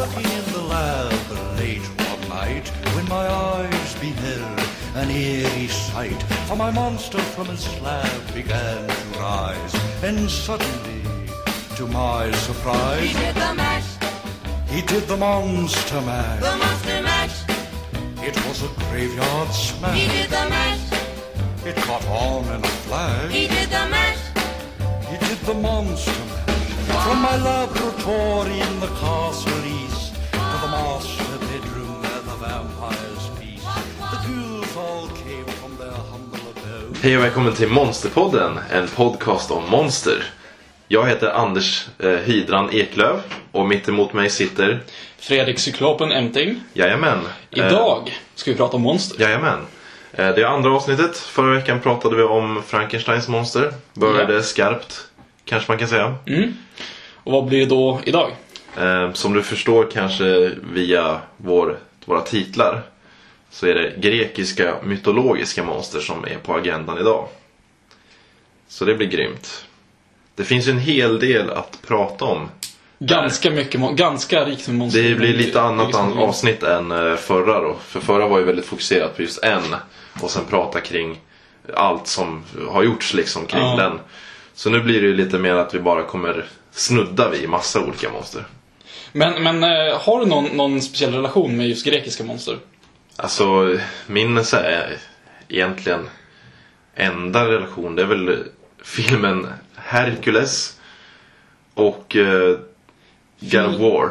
working in the lab late one night when my eyes beheld an eerie sight. For my monster from his slab began to rise, and suddenly, to my surprise, he did the mash. He did the monster mash. The monster mash. It was a graveyard smash. He did the mash. It caught on in a flash. He did the mash. He did the monster mash. From my laboratory in the castle east to the master bedroom where the vampires feast. The ghouls all came from their humble abode. Hej och välkommen till Monsterpodden, en podcast om monster. Jag heter Anders Hydran Eklöv och mitt emot mig sitter Fredrik Cyklopen Emting. Jajamän. Idag ska vi prata om monster. Jajamän. Det är andra avsnittet. Förra veckan pratade vi om Frankensteins monster. Började skarpt, kanske man kan säga. Och vad blir det då idag? Som du förstår kanske via våra titlar, så är det grekiska mytologiska monster som är på agendan idag. Så det blir grymt. Det finns en hel del att prata om. Ganska rikt med monster. Det blir lite annat avsnitt än förra då. För förra var ju väldigt fokuserat på just en. Och sen prata kring allt som har gjorts liksom kring den. Så nu blir det ju lite mer att vi bara kommer snudda vid massa olika monster. Men har du någon speciell relation med just grekiska monster? Alltså min så här, egentligen enda relation, det är väl filmen Hercules och God of War.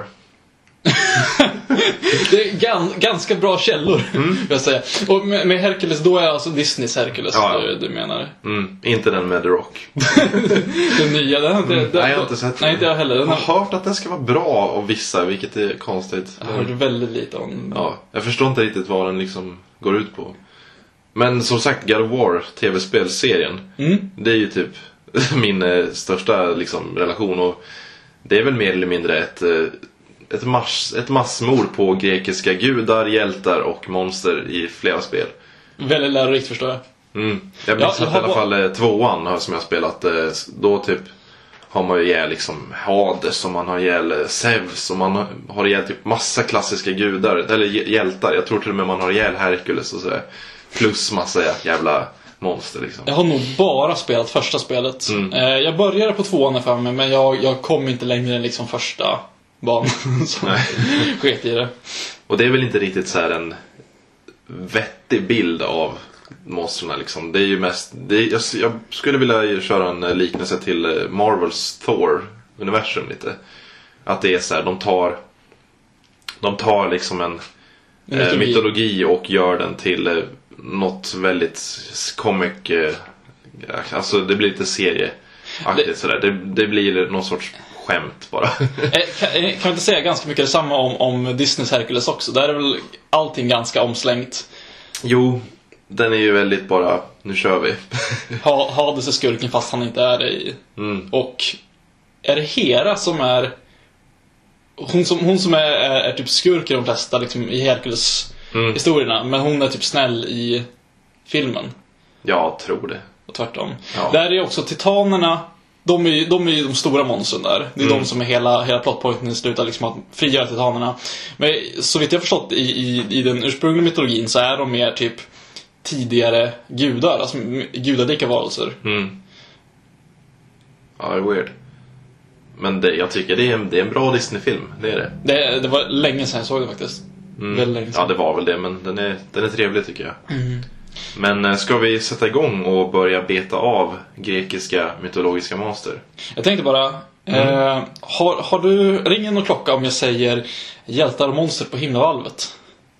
Det är ganska bra källor, vill jag säga. Och med Hercules, då är alltså Disneys Hercules, du menar? Inte den med The Rock. Den nya, nej, jag har inte sett den. Nej, inte jag heller. Jag har hört att den ska vara bra av vissa, vilket är konstigt. Jag hörde väldigt lite om. Ja, jag förstår inte riktigt vad den liksom går ut på. Men som sagt, God of War, tv-spelserien, det är ju typ min största liksom relation. Och det är väl mer eller mindre ett massmord på grekiska gudar, hjältar och monster i flera spel. Väldigt lärorikt, förstår jag. Jag minns att i alla fall tvåan som jag spelat, då typ har man ju ihjäl liksom Hades, och man har ihjäl Zeus, och man har ihjäl typ massa klassiska gudar eller hjältar. Jag tror till och med man har ihjäl Hercules och sådär. Plus massa jävla monster liksom. Jag har nog bara spelat första spelet. Jag började på tvåan för mig, men jag kom inte längre än liksom första banan. Så sket i det. Och det är väl inte riktigt så här en vettig bild av monsterna liksom. Det är ju mest jag skulle vilja köra en liknelse till Marvels Thor-universum lite. Att det är så här, de tar liksom en mytologi och gör den till något väldigt comic, alltså det blir lite serieaktigt sådär. Det blir någon sorts skämt bara. Kan inte säga ganska mycket detsamma om Disneys Hercules också? Där är väl allting ganska omslängt. Jo, den är ju väldigt bara, nu kör vi. Hades är skurken fast han inte är det. Och är det Hera som är hon som är typ skurk i de flesta liksom, i Hercules historierna, men hon är typ snäll i filmen. Jag tror det. Och tvärtom. Ja. Där är också titanerna. De är ju de stora monstren där. Det är de som är hela plotpointen i slutet, liksom att frigöra titanerna. Men så vitt jag förstått i den ursprungliga mytologin så är de mer typ tidigare gudar, alltså gudadika varelser. Ja, det är weird. Men jag tycker det är en bra Disney-film, det är det. Det var länge sedan jag såg det faktiskt. Väldigt länge sedan. Ja, det var väl det, men den är trevlig tycker jag. Men ska vi sätta igång och börja beta av grekiska mytologiska monster? Jag tänkte bara, har du ringen någon klocka om jag säger hjältar och monster på himlavalvet?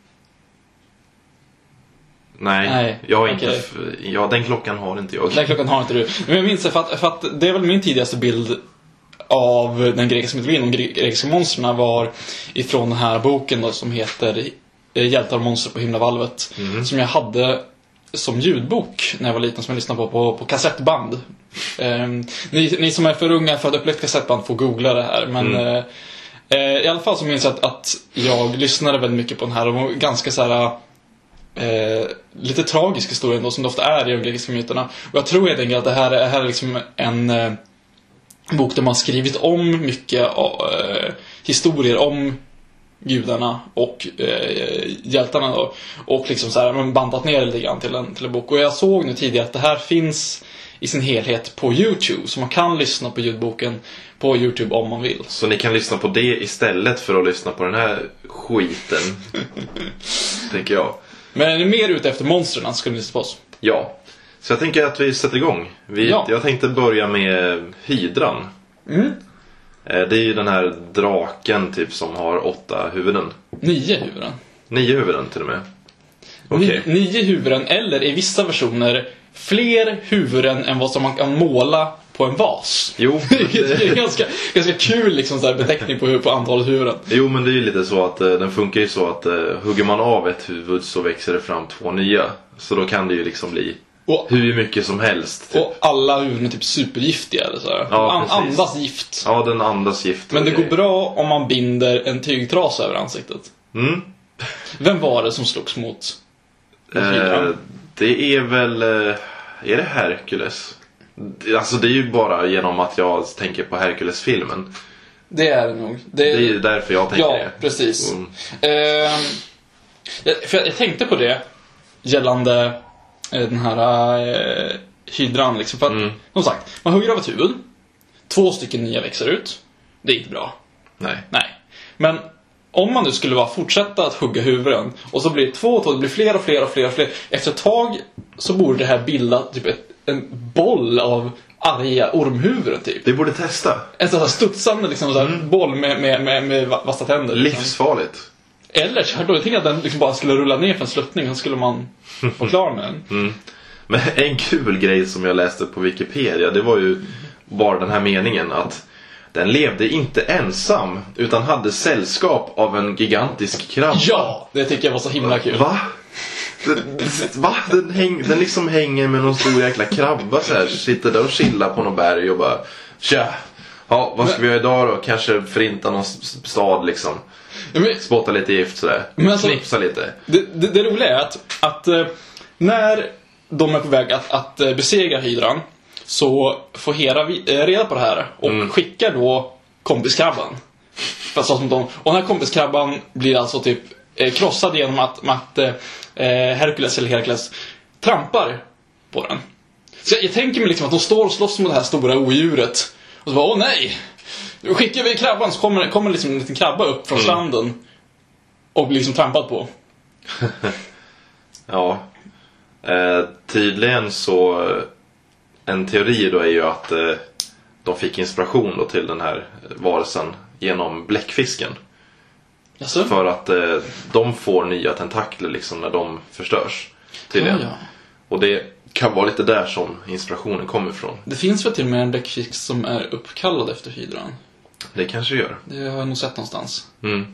Nej, jag har inte. Okay. Ja, den klockan har inte jag. Den klockan har inte du. Men jag minns det för att det är väl min tidigaste bild av den grekiska mytologin, de grekiska monsterna, var ifrån den här boken då, som heter Hjältar och monster på himlavalvet, som jag hade som ljudbok när jag var liten, som jag lyssnade på kassettband. Ni som är för unga för att uppleva kassettband får googla det här, men i alla fall så minns jag att jag lyssnade väldigt mycket på den här, och var ganska så här lite tragisk historia ändå, som det ofta är i de grekiska myterna. Och jag tror helt enkelt att det här är liksom en bok där man skrivit om mycket historier om gudarna och hjältarna då, och liksom så här, men bantat ner det lite grann till en bok. Och jag såg nu tidigare att det här finns i sin helhet på YouTube, så man kan lyssna på ljudboken på YouTube om man vill. Så ni kan lyssna på det istället för att lyssna på den här skiten, tänker jag. Men är ni mer ute efter monstren så ska ni lyssna på oss. Ja, så jag tänker att vi sätter igång. Jag tänkte börja med hydran. Det är ju den här draken typ som har 8 huvuden. 9 huvuden. 9 huvuden till och med. Okay. 9 huvuden, eller i vissa versioner fler huvuden än vad som man kan måla på en vas. Jo, det är ganska kul liksom, så här beteckning på antalet huvuden. Jo, men det är ju lite så att den funkar ju så att hugger man av ett huvud så växer det fram 2 nya. Så då kan det ju liksom bli hur mycket som helst typ. Och alla huvuden är typ supergiftiga eller så här. Ja, andas gift. Ja, den andas gift. Men det går bra om man binder en tygtrasa över ansiktet. Vem var det som slogs mot det är väl är det Hercules? Alltså det är ju bara genom att jag tänker på Hercules-filmen. Det är det nog. Det är ju därför jag tänker det. Ja, precis. För jag tänkte på det gällande den här hydran liksom. För att, som sagt, man hugger av ett huvud, 2 stycken nya växer ut. Det är inte bra. Nej. Men om man nu skulle fortsätta att hugga huvuden, och så blir det 2 och 2, det blir fler och fler. Efter ett tag så borde det här bilda typ en boll av arga ormhuvuden typ. Det borde testa. En sån här studsande liksom, så här boll med vassa tänder. Liksom. Livsfarligt. Eller så jag tänkte att den liksom bara skulle rulla ner för en sluttning, så skulle man vara klar med den. Men en kul grej som jag läste på Wikipedia, det var ju bara den här meningen att den levde inte ensam utan hade sällskap av en gigantisk krabba. Ja, det tycker jag var så himla kul. Va? Den liksom hänger med någon stor jäkla krabba så här, sitter där och chillar på någon berg och bara tja. Ja, vad ska vi göra idag då? Kanske förinta någon stad liksom. Spotta lite gift sådär. Alltså, knipsa lite. Det roliga är att när de är på väg att besegra hydran, så får Hera reda på det här och skickar då kompiskrabban. Och den här kompiskrabban blir alltså typ krossad genom att Hercules trampar på den. Så jag tänker mig liksom att de står och slåss mot det här stora odjuret. Och så bara, åh nej! Nu skickar vi krabban, så kommer liksom en liten krabba upp från stranden och blir liksom trampad på. Ja. Tydligen så en teori då är ju att de fick inspiration då till den här varelsen genom bläckfisken. Jaså? För att de får nya tentakler liksom när de förstörs. Tydligen. Ja. Och det kan vara lite där som inspirationen kommer ifrån. Det finns väl till och med en bläckfisk som är uppkallad efter hydran. Det kanske gör. Det har jag nog sett någonstans.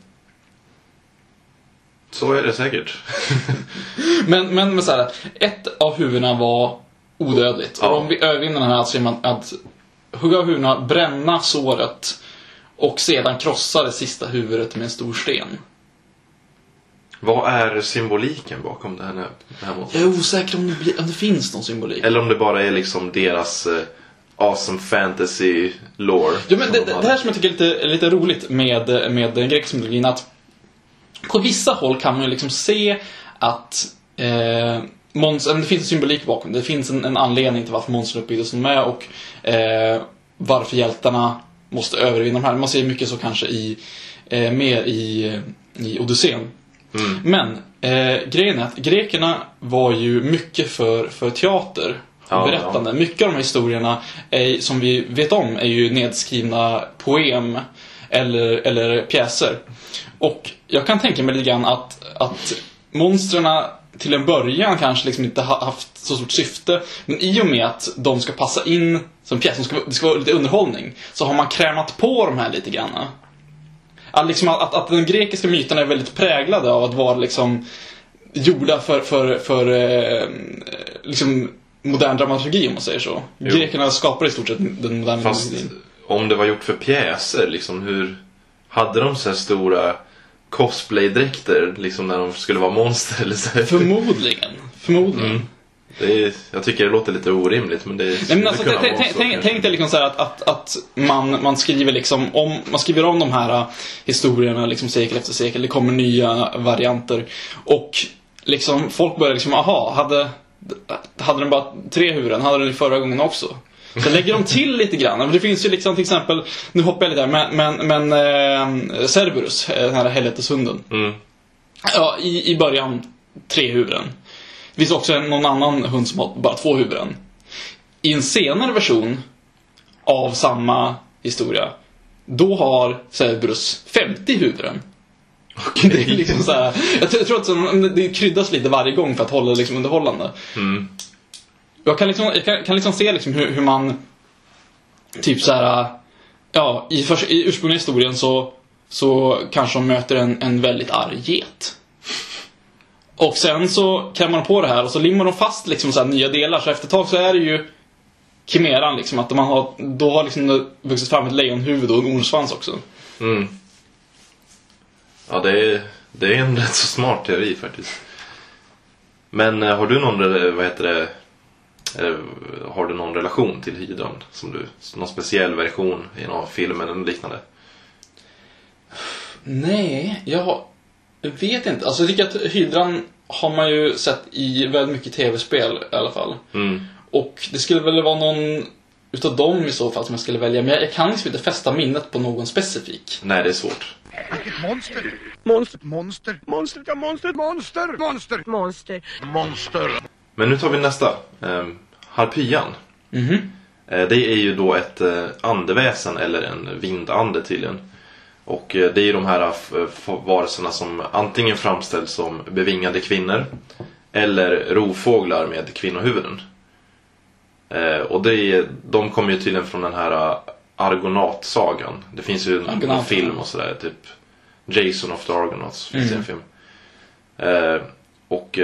Så är det säkert. men så här, ett av huvudena var odödligt. Och om vi övervinner den här så är man att hugga av huvudena, bränna såret och sedan krossa det sista huvudet med en stor sten. Vad är symboliken bakom det här målet? Jag är osäker om det finns någon symbolik. Eller om det bara är liksom deras awesome fantasy lore. Ja, men det här som jag tycker är lite roligt med den grekiska mytologin, att på vissa håll kan man ju liksom se att det finns en symbolik bakom. Det finns en anledning till varför monstren uppbyggdes som är och varför hjältarna måste övervinna de här. Man ser mycket så kanske mer i Odysseen. Men grejen är att grekerna var ju mycket för teater och berättande. Ja. Mycket av de här historierna som vi vet om är ju nedskrivna poem eller pjäser. Och jag kan tänka mig lite grann att monstren till en början kanske liksom inte haft så stort syfte, men i och med att de ska passa in som pjäs, det ska vara lite underhållning, så har man krämat på de här lite grann. Att den grekiska myten är väldigt präglade av att vara liksom gjorda för liksom modern dramaturgi, om man säger så. Jo. Grekerna skapar i stort sett den moderna dramaturgin. Om det var gjort för pjäser, liksom, hur hade de så här stora cosplay-dräkter liksom när de skulle vara monster eller så? Förmodligen. Jag tycker det låter lite orimligt, men det men alltså, tänk dig liksom så här att man skriver liksom man skriver om de här historierna liksom sekel efter sekel. Det kommer nya varianter och liksom folk börjar liksom hade den bara 3 huvuden, hade den i förra gången också. Så lägger de till lite grann. Det finns ju liksom till exempel, nu hoppar jag lite där, men Cerberus, den här helveteshunden. Ja, i början 3 huvuden. Det finns också någon annan hund som har bara 2 huvuden. I en senare version av samma historia, då har Cerberus 50 huvuden. Okay. Det är liksom så här, jag tror att det kryddas lite varje gång för att hålla liksom underhållande. Jag kan liksom se liksom hur man typ så här, ja, i ursprungliga historien så kanske de möter en väldigt arg get. Och sen så kan man på det här och så limmar de fast liksom så här nya delar. Så efter ett tag så är det ju kimeran liksom, att då har liksom vuxit fram ett lejonhuvud och en ormsvans också. Ja, det är en rätt så smart teori faktiskt. Men har du någon, har du någon relation till hydran någon speciell version i någon film eller liknande? Nej, jag vet inte. Alltså jag tycker att hydran har man ju sett i väldigt mycket tv-spel i alla fall. Och det skulle väl vara någon utav dem i så fall som jag skulle välja. Men jag kan liksom inte fästa minnet på någon specifik. Nej, det är svårt. Vilket monster! Monster! Men nu tar vi nästa. Harpyan. Det är ju då ett andeväsen eller en vindande tydligen. Och det är ju de här varelserna som antingen framställs som bevingade kvinnor eller rovfåglar med kvinnohuvuden. Och de kommer ju tydligen från den här Argonaut-sagan. Det finns ju en film och sådär, typ Jason of the Argonauts finns en film. Och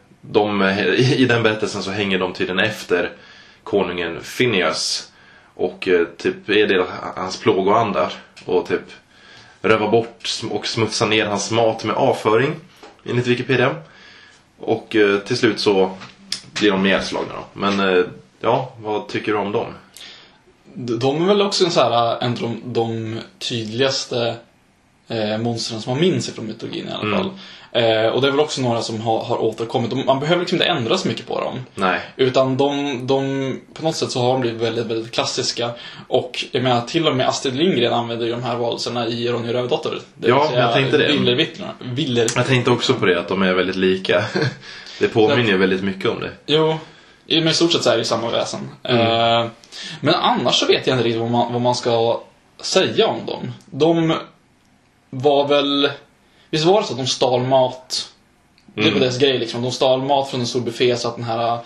i den berättelsen så hänger de tydligen efter konungen Phineas och typ är det hans plågoandar och typ röva bort och smutsa ner hans mat med avföring enligt Wikipedia. Och till slut så blir de nedslagna då. Men ja, vad tycker du om dem? De är väl också en av de tydligaste monstren som man minns från mytologin i alla fall. Och det är väl också några som har återkommit. Man behöver liksom inte ändra så mycket på dem. Nej. Utan de på något sätt så har de blivit väldigt, väldigt klassiska. Och jag menar, till och med Astrid Lindgren använder ju de här valserna i Ronja Rövardotter. Ja, jag tänkte det. Viller. Jag tänkte också på det, att de är väldigt lika. Det påminner ju väldigt mycket om det. Jo, i stort sett så är det ju samma väsen. Men annars så vet jag inte riktigt vad man ska säga om dem. De var väl... Visst var det så att de stal mat? Det var deras grej liksom. De stal mat från en stor buffé så att den här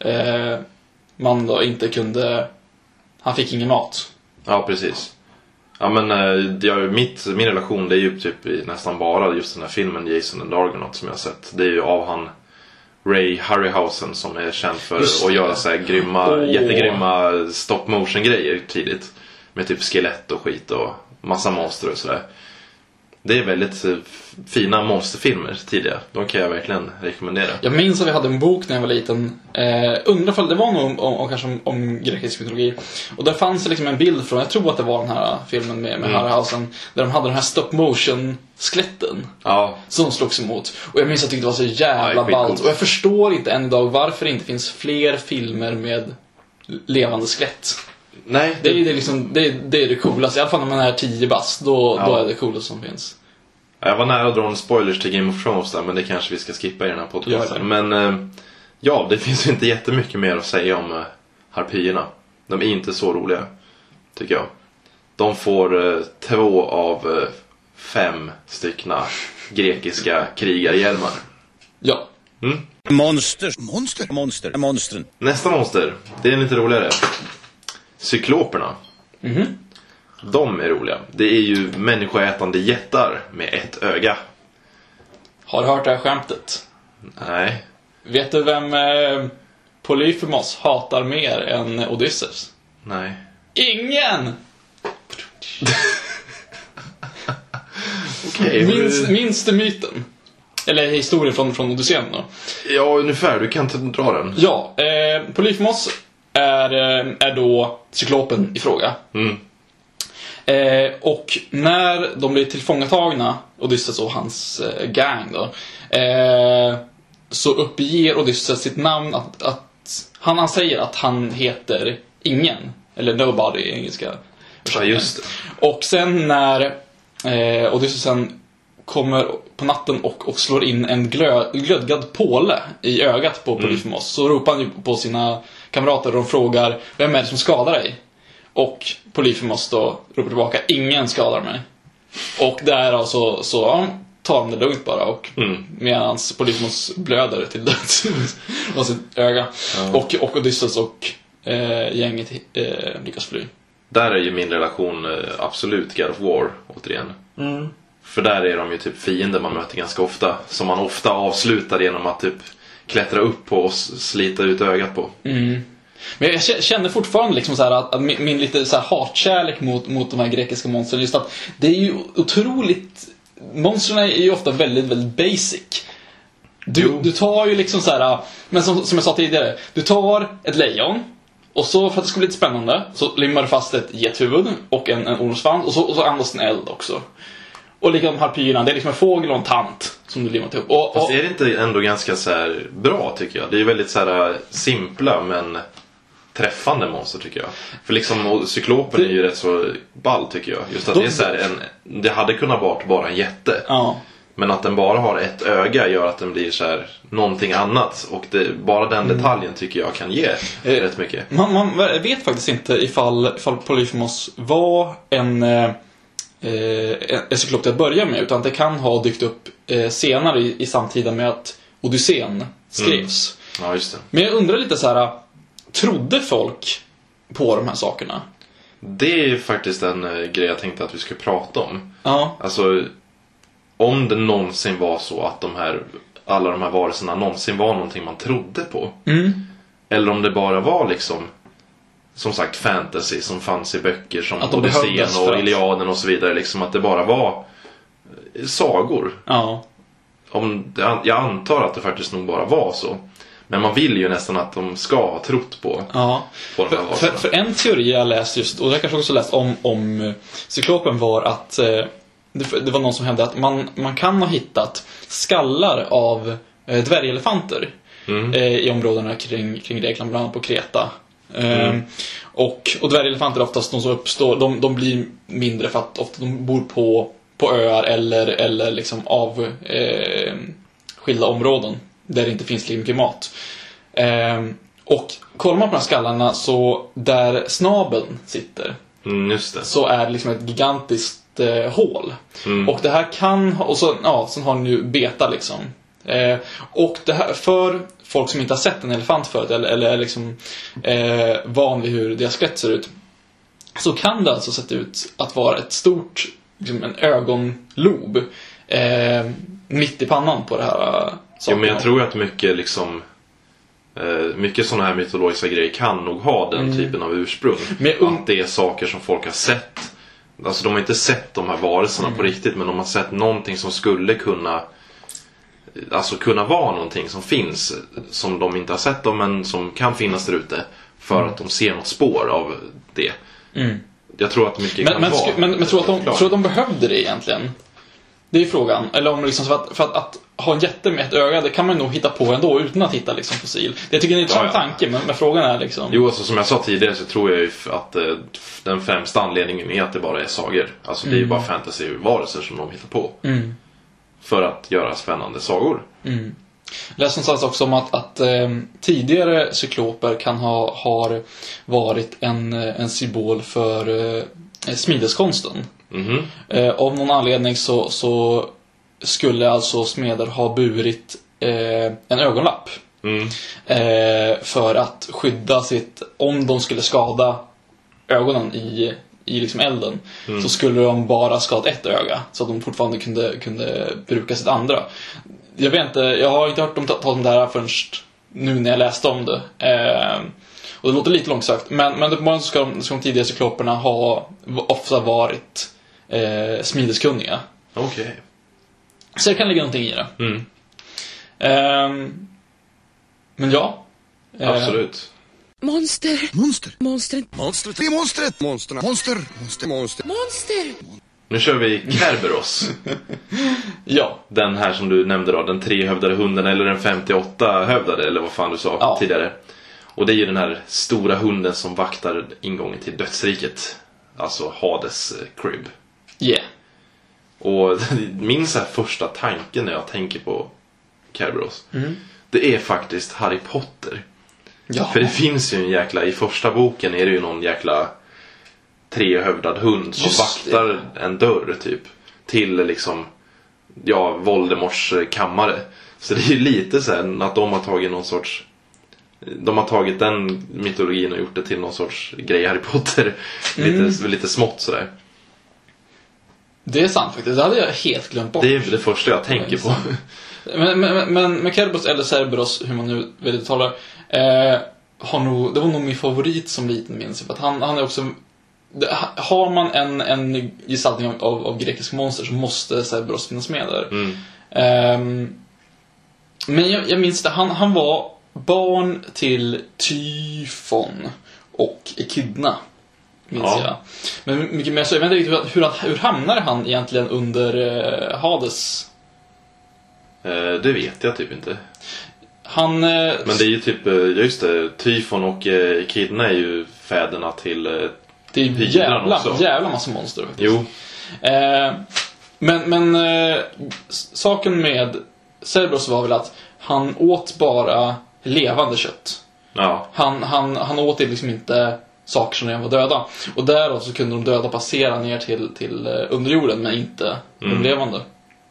man då inte kunde... Han fick ingen mat. Ja, precis. Ja, men min relation, det är ju typ nästan bara just den här filmen Jason and the Argonaut som jag har sett. Det är ju av han Ray Harryhausen som är känd för att göra så här jättegrymma stop motion grejer tidigt. Med typ skelett och skit och massa monster och sådär. Det är väldigt fina monsterfilmer tidigare. De kan jag verkligen rekommendera. Jag minns att vi hade en bok när jag var liten. Undrar för det var nog kanske om grekisk mytologi. Och där fanns det liksom en bild från, jag tror att det var den här filmen med Harryhausen, där de hade den här stop motion skeletten som de slogs emot. Och jag minns att jag tyckte det var så jävla ballt. Och jag förstår inte än idag varför det inte finns fler filmer med levande skelett. Nej, det är liksom, det är det coolaste. I alla fall när man är 10 bast, då är det coolaste som finns. Jag var nära att dra en spoilers till Game of Thrones där, men det kanske vi ska skippa i den här podcasten. Men ja, det finns ju inte jättemycket mer att säga om harpyerna. De är inte så roliga, tycker jag. De får 2 av 5 styckna grekiska krigarhjälmar. Ja. Monstren. Nästa monster, det är lite roligare. Cykloperna. De är roliga. Det är ju människoätande jättar med ett öga. Har du hört det här skämtet? Nej. Vet du vem Polyphemos hatar mer än Odysseus? Nej. Ingen! Okay, minns du myten? eller historien från Odysseen då. Ja, ungefär. Du kan inte dra den. Ja, Polyphemos är då cyklopen i fråga. Och när de blir tillfångatagna, Odysseus och hans gang då, så uppger Odysseus sitt namn att han säger att han heter ingen, eller nobody i engelska. Ja, just det. Och sen när Odysseus sen kommer på natten och slår in en glödgad påle i ögat på Polyphemos, så ropar han ju på sina kamrater och de frågar: vem är det som skadar dig? Och Polyphemos då ropar tillbaka: ingen skadar mig. Och där alltså så tar han det lugnt bara, och medan Polyphemos blöder till döds av sitt öga. Och Odysseus och gänget lyckas fly. Där är ju min relation absolut God of War återigen. För där är de ju typ fiender man möter ganska ofta, som man ofta avslutar genom att typ klättra upp på och slita ut ögat på. Men jag känner fortfarande liksom så här att min lite så här hatkärlek mot de här grekiska monstren, just att det är ju otroligt, monstren är ju ofta väldigt, väldigt basic. Du tar ju liksom så här, men som jag sa tidigare, du tar ett lejon, och så för att det ska bli lite spännande så limmar du fast ett gethuvud och en ormsvans, och så andas en eld också. Och liksom harpyerna, det är liksom en fågel och en tant som du limmat ihop. Fast är det inte ändå ganska så här bra, tycker jag? Det är väldigt så här simpla men träffande monster, tycker jag. För liksom cyklopen är ju rätt så ball, tycker jag. Just att det är så här det hade kunnat vara bara en jätte. Ja. Men att den bara har ett öga gör att den blir så här någonting annat. Och bara den detaljen tycker jag kan ge rätt mycket. Man vet faktiskt inte ifall Polyphemos var en cyklop till att börja med, utan det kan ha dykt upp senare i samtiden med att Odysseen skrevs. Ja, just det. Men jag undrar lite så här, trodde folk på de här sakerna? Det är faktiskt en grej jag tänkte att vi skulle prata om. Ja. Alltså, om det någonsin var så att alla de här varelserna någonsin var någonting man trodde på. Eller om det bara var liksom, som sagt, fantasy som fanns i böcker som Odysseen och Iliaden och så vidare, liksom att det bara var sagor. Ja. Jag antar att det faktiskt nog bara var så. Men man vill ju nästan att de ska ha trott på. Ja. På de här för en teori jag läst just, och jag kanske också läst om cyklopen, var att det var någon som hävdade att man kan ha hittat skallar av dvärgelefanter i områdena kring Grekland, bland annat på Kreta. Och dvärgelefanter oftast de som uppstår, de blir mindre för att ofta de bor på öar eller liksom av skilda områden där det inte finns klimat. Och kollar man på de här skallarna, så där snabeln sitter, just det. så är det liksom ett gigantiskt hål. Och det här kan, och så, sen har den ju beta liksom. Och det här, för folk som inte har sett en elefant förut eller liksom van vid hur deras skelett ser ut, så kan det alltså sett ut att vara ett stort, liksom en ögonlob mitt i pannan på det här. Ja, men jag tror att mycket liksom mycket sådana här mytologiska grejer kan nog ha den typen av ursprung. Att det är saker som folk har sett. Alltså de har inte sett de här varelserna på riktigt, men de har sett någonting som skulle kunna vara någonting som finns, som de inte har sett dem, men som kan finnas där ute, för att de ser något spår av det. Jag tror att mycket kan vara. Men tror att de behövde det egentligen? Det är ju frågan. Eller om liksom, för att ha en jätte med ett öga, det kan man nog hitta på ändå utan att hitta liksom fossil. Det tycker jag är en intressant tanke, men frågan är liksom... Jo, alltså, som jag sa tidigare så tror jag ju att den främsta anledningen är att det bara är sagor. Alltså det är ju bara fantasy-varelser som de hittar på. För att göra spännande sagor. Jag läste någonstans också om att tidigare cykloper kan ha varit en symbol för smideskonsten. Av någon anledning så skulle alltså smeder ha burit en ögonlapp för att skydda sitt, om de skulle skada ögonen i liksom elden, så skulle de bara skada ett öga, så att de fortfarande kunde bruka sitt andra. Jag vet inte, jag har inte hört dem ta om det här förrän nu när jag läste om det. Och det låter lite långsökt, men uppenbarligen så ska de tidigare cykloperna ha ofta varit smideskunniga. Okej. Så det kan ligga någonting i det. Men ja. Absolut. Monster. Monster. Monster. Monstret. Det är monstret. Monsterna. Monster. Monster. Monster. Monster. Nu kör vi Kerberos. Ja. Den här som du nämnde då, den 3-hövdade hunden eller den 58-hövdade eller vad fan du sa tidigare. Och det är ju den här stora hunden som vaktar ingången till dödsriket. Alltså Hades crib. Yeah. Och min så här första tanke när jag tänker på Kerberos, det är faktiskt Harry Potter. Ja. För det finns ju en jäkla, i första boken är det ju någon jäkla 3-hövdad hund som vaktar en dörr typ till liksom Voldemorts kammare. Så det är ju lite så här att de har tagit någon sorts, de har tagit den mytologin och gjort det till någon sorts grej Harry Potter. Lite smått sådär. Det är sant faktiskt, det hade jag helt glömt bort. Det är det första jag tänker på. Men Kerberos eller Cerberus, hur man nu vill uttala det var nog min favorit som liten, minns jag. För att han är också, har man en gestaltning av grekisk monster så måste Cerberus finnas med där. Men jag minns det, han var barn till Tyfon och Echidna, minns jag. Men mycket mer så, jag vet inte riktigt hur hamnade han egentligen under Hades? Det vet jag typ inte. Men det är ju typ, just det, Tyfon och Echidna är ju fäderna till det är jävla massa monster faktiskt. Jo. Men saken med Cerberus var väl att han åt bara levande kött. Ja. Han åt liksom inte saker som redan var döda. Och därav så kunde de döda passera ner till underjorden, men inte de levande.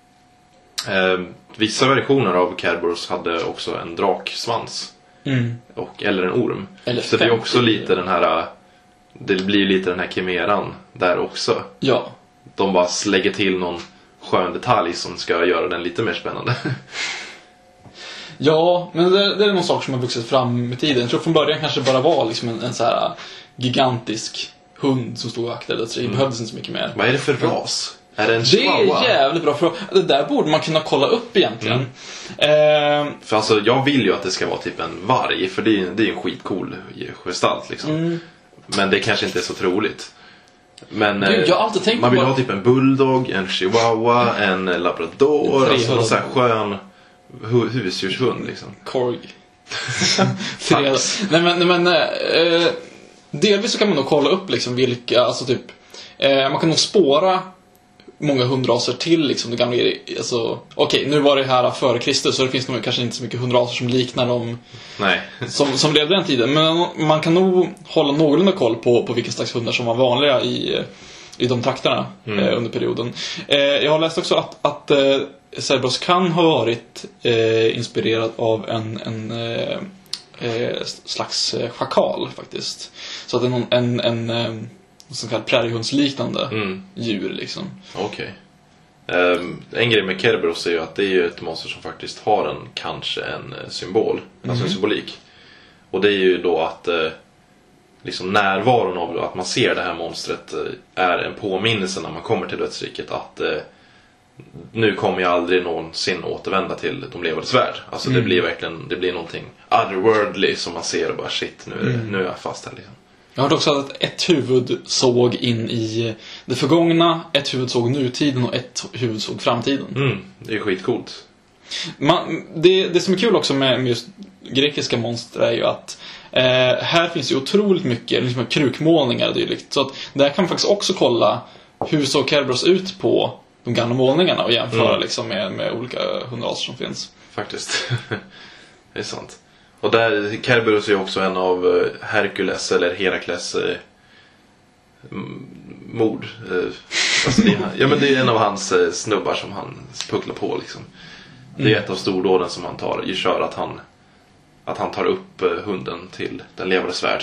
Vissa versioner av Kerberos hade också en draksvans. Eller en orm. Så det är också lite den här, det blir lite den här kemeran där också. Ja. De bara lägger till någon skön detalj som ska göra den lite mer spännande. Ja, men det är någon sak som har vuxit fram med tiden. Jag tror från början kanske bara var liksom en så här gigantisk hund som stod och vaktade. Så det behövdes inte så mycket mer. Vad är det för ras? Är det en chihuahua? Det är jävligt bra fråga. Det där borde man kunna kolla upp egentligen. För alltså, jag vill ju att det ska vara typ en varg. För det är en skitcool gestalt liksom. Men det kanske inte är så troligt. Men jag har alltid tänkt man vill ha typ en bulldog, en chihuahua, en labrador. Alltså någon sån här skön husdjurshund liksom. Korg. Nej men delvis så kan man nog kolla upp liksom vilka, alltså typ man kan nog spåra många hundraser till liksom det gamla, alltså okej, nu var det här före Kristus så det finns nog kanske inte så mycket hundraser som liknar dem. Nej. som levde den tiden, men man kan nog hålla någorlunda koll på vilka slags hundar som var vanliga i de trakterna under perioden. Jag har läst också att Cerberus kan ha varit inspirerad av en slags schakal faktiskt. Så att det är en så kallad präriehundsliknande djur liksom. Okej. En grej med Kerberos är ju att det är ju ett monster som faktiskt har kanske en symbol, alltså en symbolik. Och det är ju då att liksom närvaron av att man ser det här monstret är en påminnelse när man kommer till dödsriket att nu kommer jag aldrig någonsin återvända till de levandes värld. Alltså det blir verkligen, det blir någonting otherworldly som man ser och bara shit, nu är jag fast här liksom. Jag hörde också att ett huvud såg in i det förgångna, ett huvud såg nutiden och ett huvud såg framtiden. Det är skitcoolt. Det som är kul också med just grekiska monster är ju att här finns ju otroligt mycket liksom krukmålningar och dylikt. Så att där kan man faktiskt också kolla hur såg Kerberos ut på de gamla målningarna och jämföra liksom med olika hundraser som finns. Faktiskt. Det är sant. Och där, Kerberos är också en av Herkules eller Herakles mord. Alltså det är en av hans snubbar som han pucklar på liksom. Det är ett av stordåden som han tar, gör att han tar upp hunden till den levandes värld.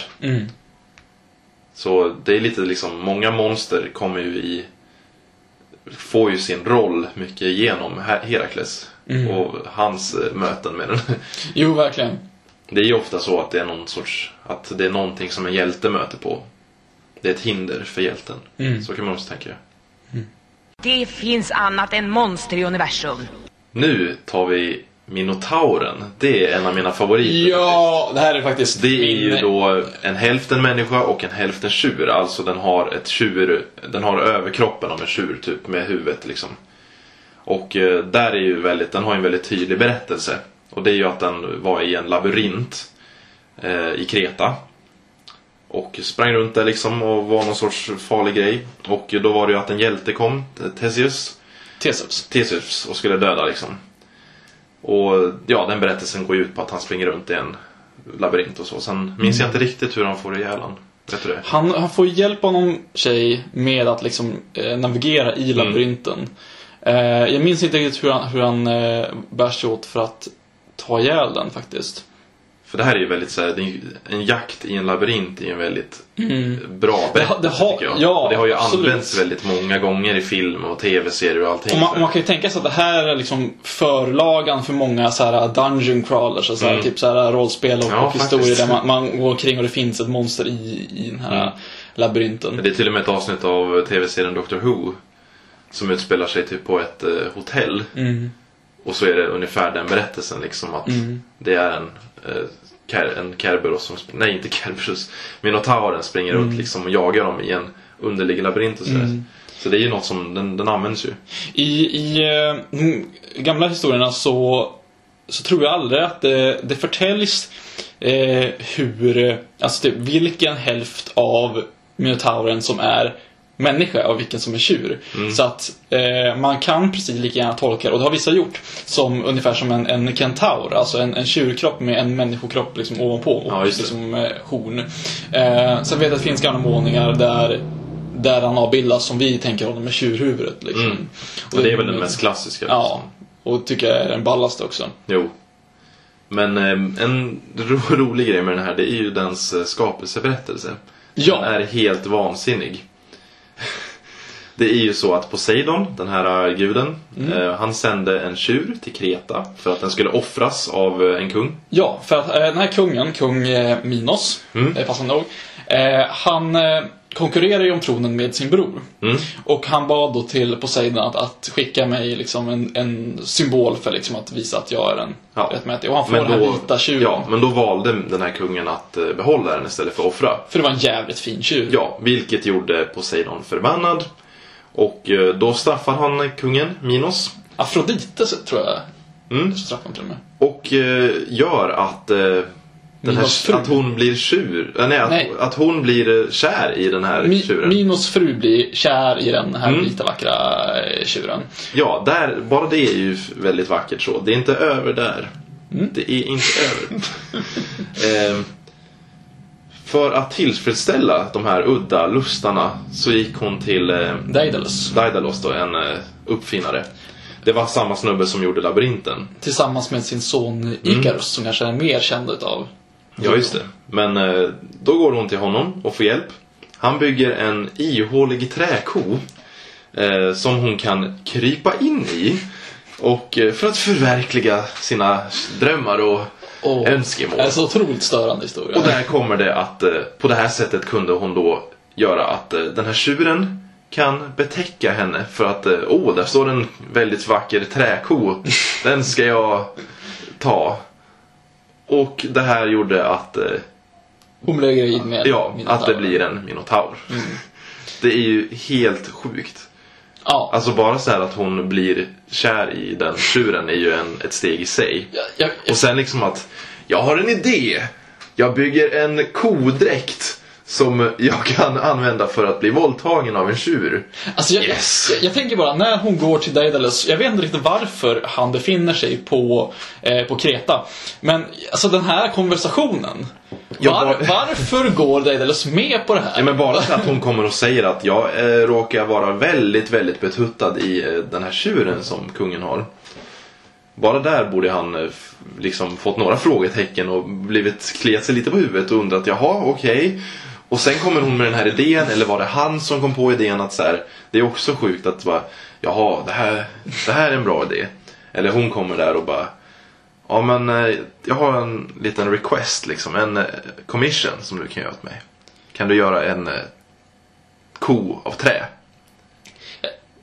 Så det är lite liksom, många monster kommer ju får ju sin roll mycket genom Herakles och hans möten med den. Jo, verkligen. Det är ju ofta så att det är någon sorts, att det är någonting som en hjälte möter på. Det är ett hinder för hjälten. Så kan man också tänka. Det finns annat än monster i universum. Nu tar vi Minotauren, det är en av mina favoriter. Ja, det här är faktiskt det är ju då en hälften människa och en hälften tjur. Alltså den har överkroppen av en tjur typ, med huvudet liksom. Och där är ju den har en väldigt tydlig berättelse. Och det är ju att den var i en labyrint i Kreta. Och sprang runt där liksom och var någon sorts farlig grej. Och då var det ju att en hjälte kom, Theseus och skulle döda liksom. Och ja, den berättelsen går ut på att han springer runt i en labyrint och så. Sen minns jag inte riktigt hur han får ihjäl han. Vet du det? Han får hjälp av någon tjej med att liksom navigera i labyrinten. Jag minns inte riktigt hur han bär sig åt för att ta ihjäl den faktiskt. För det här är ju väldigt så här, en jakt i en labyrint är en väldigt bra berättelse tycker jag. Ja, och det har ju absolut. använts väldigt många gånger i film och tv-serier och allting. Och man kan ju tänka sig att det här är liksom förlagan för många så här dungeon crawlers och så här, typ så här rollspel och historier där man går kring och det finns ett monster i den här labyrinten. Det är till och med ett avsnitt av tv-serien Doctor Who som utspelar sig typ på ett hotell. Och så är det ungefär den berättelsen liksom att det är en Kerberos inte Kerberos, Minotauren springer runt liksom och jagar dem i en underlig labyrint och sådär. Så det är ju något som den används ju. I gamla historierna så tror jag aldrig att det förtäljs hur, alltså typ, vilken hälft av Minotauren som är människa och vilken som är tjur. Så att man kan precis lika gärna tolka, och det har vissa gjort, som ungefär som en kentaur, alltså en tjurkropp med en människokropp liksom ovanpå och liksom horn. Sen vet jag att det finns gamla målningar där han avbildas som vi tänker honom med tjurhuvudet liksom. Och det är väl den mest klassiska liksom. Ja, och tycker jag är den ballaste också. Jo. Men en rolig grej med den här, det är ju dens skapelseberättelse. Den är helt vansinnig. Det är ju så att Poseidon, den här guden, han sände en tjur till Kreta för att den skulle offras av en kung. Ja, för att den här kungen, kung Minos, passande nog, han konkurrerar ju om tronen med sin bror. Och han bad då till Poseidon att skicka mig liksom en symbol för liksom att visa att jag är en rättmätig. Och han får den här vita tjuren. Ja, men då valde den här kungen att behålla den istället för att offra. För det var en jävligt fin tjur. Ja, vilket gjorde Poseidon förbannad. Och då straffade han kungen, Minos. Afrodite tror jag. Straffade han till och med. Och gör att att hon blir att hon blir kär i den här tjuren. Minos fru blir kär i den här vita vackra tjuren. Ja, bara det är ju väldigt vackert så. Det är inte över där. Det är inte över. För att tillfredsställa de här udda lustarna så gick hon till Daedalus då, en uppfinnare. Det var samma snubbe som gjorde labyrinten. Tillsammans med sin son Icarus som kanske är mer känd utav. Ja, just det. Men då går hon till honom och får hjälp. Han bygger en ihålig träko som hon kan krypa in i. Och för att förverkliga sina drömmar och önskemål. Det är så otroligt störande historia. Och där kommer det att på det här sättet kunde hon då göra att den här tjuren kan betäcka henne. För att, där står en väldigt vacker träko. Den ska jag ta. Och det här gjorde att hon blev gravid med att det blir en minotaur. Det är ju helt sjukt. Ja. Alltså bara så här att hon blir kär i den tjuren är ju ett steg i sig. Och sen liksom att jag har en idé. Jag bygger en kodräkt som jag kan använda för att bli våldtagen av en tjur. Alltså jag tänker bara, när hon går till Daedalus, jag vet inte riktigt varför han befinner sig på Kreta. Men alltså den här konversationen, varför går Daedalus med på det här? Ja, men bara så att hon kommer och säger att jag råkar vara väldigt, väldigt betuttad i den här tjuren som kungen har. Bara där borde han liksom fått några frågetecken och kliat sig lite på huvudet och undrat, jaha, okej. Och sen kommer hon med den här idén, eller var det han som kom på idén att så här, det är också sjukt att bara, jaha, det här är en bra idé. Eller hon kommer där och bara, ja men jag har en liten request liksom, en commission som du kan göra åt mig. Kan du göra en ko av trä?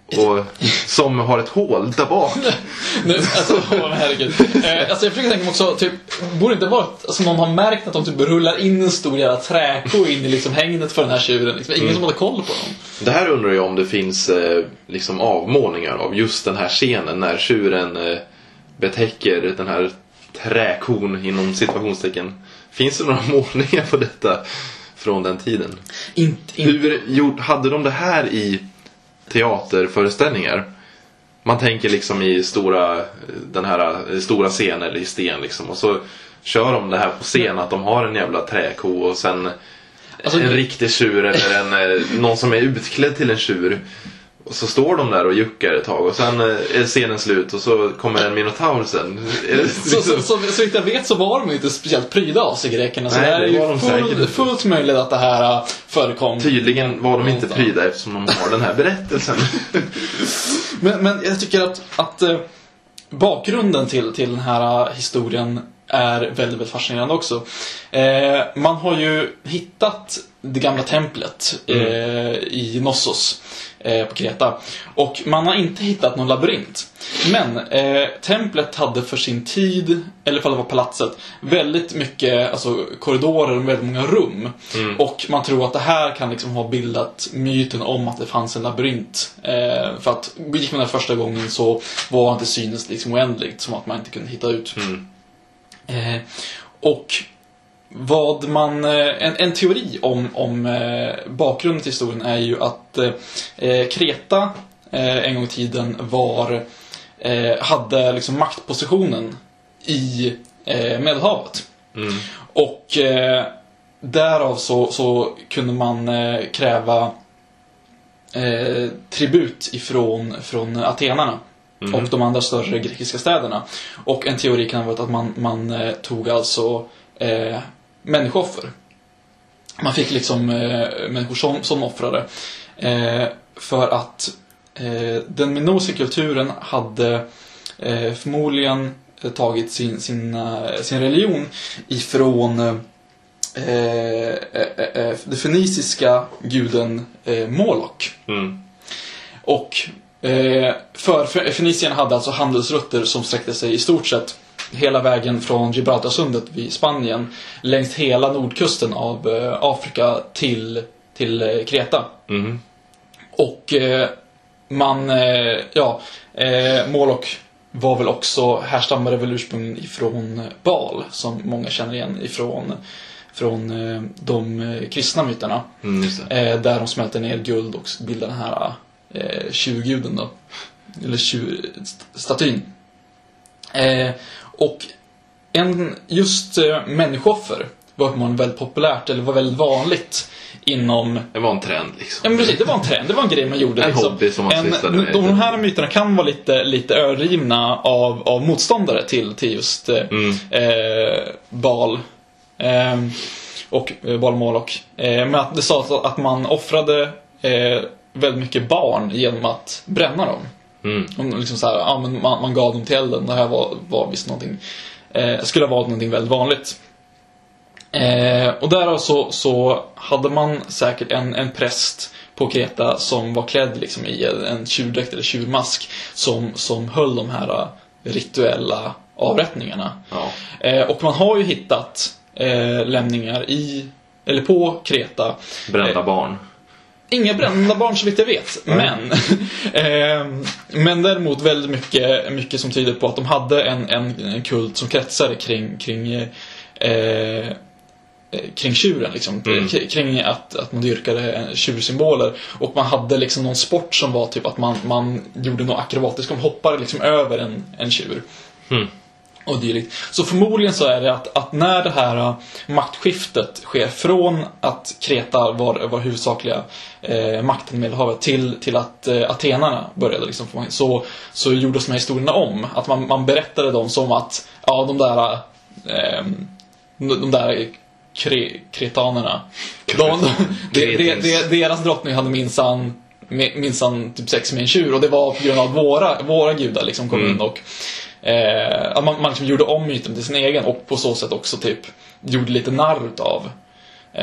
Och som har ett hål där bak. Nu, alltså, herregud. Alltså jag försöker tänka mig också, typ, borde inte vara alltså, någon har märkt att de typ rullar in en stor jävla träko in i liksom hängnet för den här tjuren. Liksom, ingen som håller koll på dem. Det här undrar jag om det finns liksom avmålningar av just den här scenen när tjuren betäcker den här träkon inom situationstecken. Finns det några målningar på detta från den tiden? Hur hade de det här i teaterföreställningar? Man tänker liksom i stora scener i sten liksom, och så kör de det här på scen att de har en jävla träko och sen alltså, en riktig tjur eller någon som är utklädd till en tjur. Och så står de där och juckar ett tag och sen är scenen slut och så kommer en minotaur sen. Så vitt jag vet så var de inte speciellt pryda av sig, grekerna. Så nej, det är ju fullt möjligt att det här förekom. Tydligen var de inte pryda eftersom de har den här berättelsen. men jag tycker att bakgrunden till den här historien är väldigt, väldigt fascinerande också. Man har ju hittat det gamla templet i Knossos på Kreta. Och man har inte hittat någon labyrint. Men templet hade för sin tid, eller för det var palatset, väldigt mycket alltså, korridorer och väldigt många rum. Och man tror att det här kan liksom ha bildat myten om att det fanns en labyrint. För att gick man där första gången så var inte synes liksom oändligt, som att man inte kunde hitta ut. Och vad man en teori om bakgrunden till historien är ju att Kreta en gång i tiden hade liksom maktpositionen i Medelhavet. Och därav så kunde man kräva tribut från atenarna och de andra större grekiska städerna. Och en teori kan vara att man tog alltså människooffer. Man fick liksom människor som offrade. För att den minoiska kulturen hade förmodligen tagit sin religion ifrån det feniciska guden Moloch. Och för fenicierna hade alltså handelsrutter som sträckte sig i stort sett hela vägen från Gibraltarsundet vid Spanien längs hela nordkusten av Afrika till Kreta. Och Moloch var väl också härstammade väl ursprungligen ifrån Baal, som många känner igen från de kristna myterna. Där de smälter ner guld och bildar den här tjurguden då, eller statyn. Och just människooffer var väldigt populärt, eller var väldigt vanligt inom... Det var en trend liksom. Ja, men precis, det var en trend, det var en grej man gjorde. En liksom. hobby som man sysslade med. De här myterna kan vara lite överdrivna av motståndare till just Baal och Baal Moloch. Men att det sa att man offrade väldigt mycket barn genom att bränna dem. Liksom så här, men man gav dem till elden. Det här var visst någonting, skulle ha varit någonting väldigt vanligt. Och därav så hade man säkert en präst på Kreta som var klädd liksom i en tjurdräkt eller tjurmask som höll de här rituella avrättningarna. Och man har ju hittat lämningar på Kreta. Brända barn. Inga brända barn så vitt jag vet. Men däremot väldigt mycket som tyder på att de hade en kult som kretsade kring tjuren liksom. Kring att man dyrkade tjursymboler. Och man hade liksom någon sport som var typ att man gjorde något akrobatiskt. Man hoppade liksom över en tjur. Och dylikt. Så förmodligen så är det att när det här maktskiftet sker från att Kreta var huvudsakliga makten i Medelhavet till att atenarna började liksom så gjordes de här historierna om. Att man berättade dem som att de där kretanerna deras drottning hade minsann typ sex med en tjur, och det var på grund av våra gudar liksom kom in och att man liksom gjorde om myten till sin egen, och på så sätt också typ gjorde lite narr av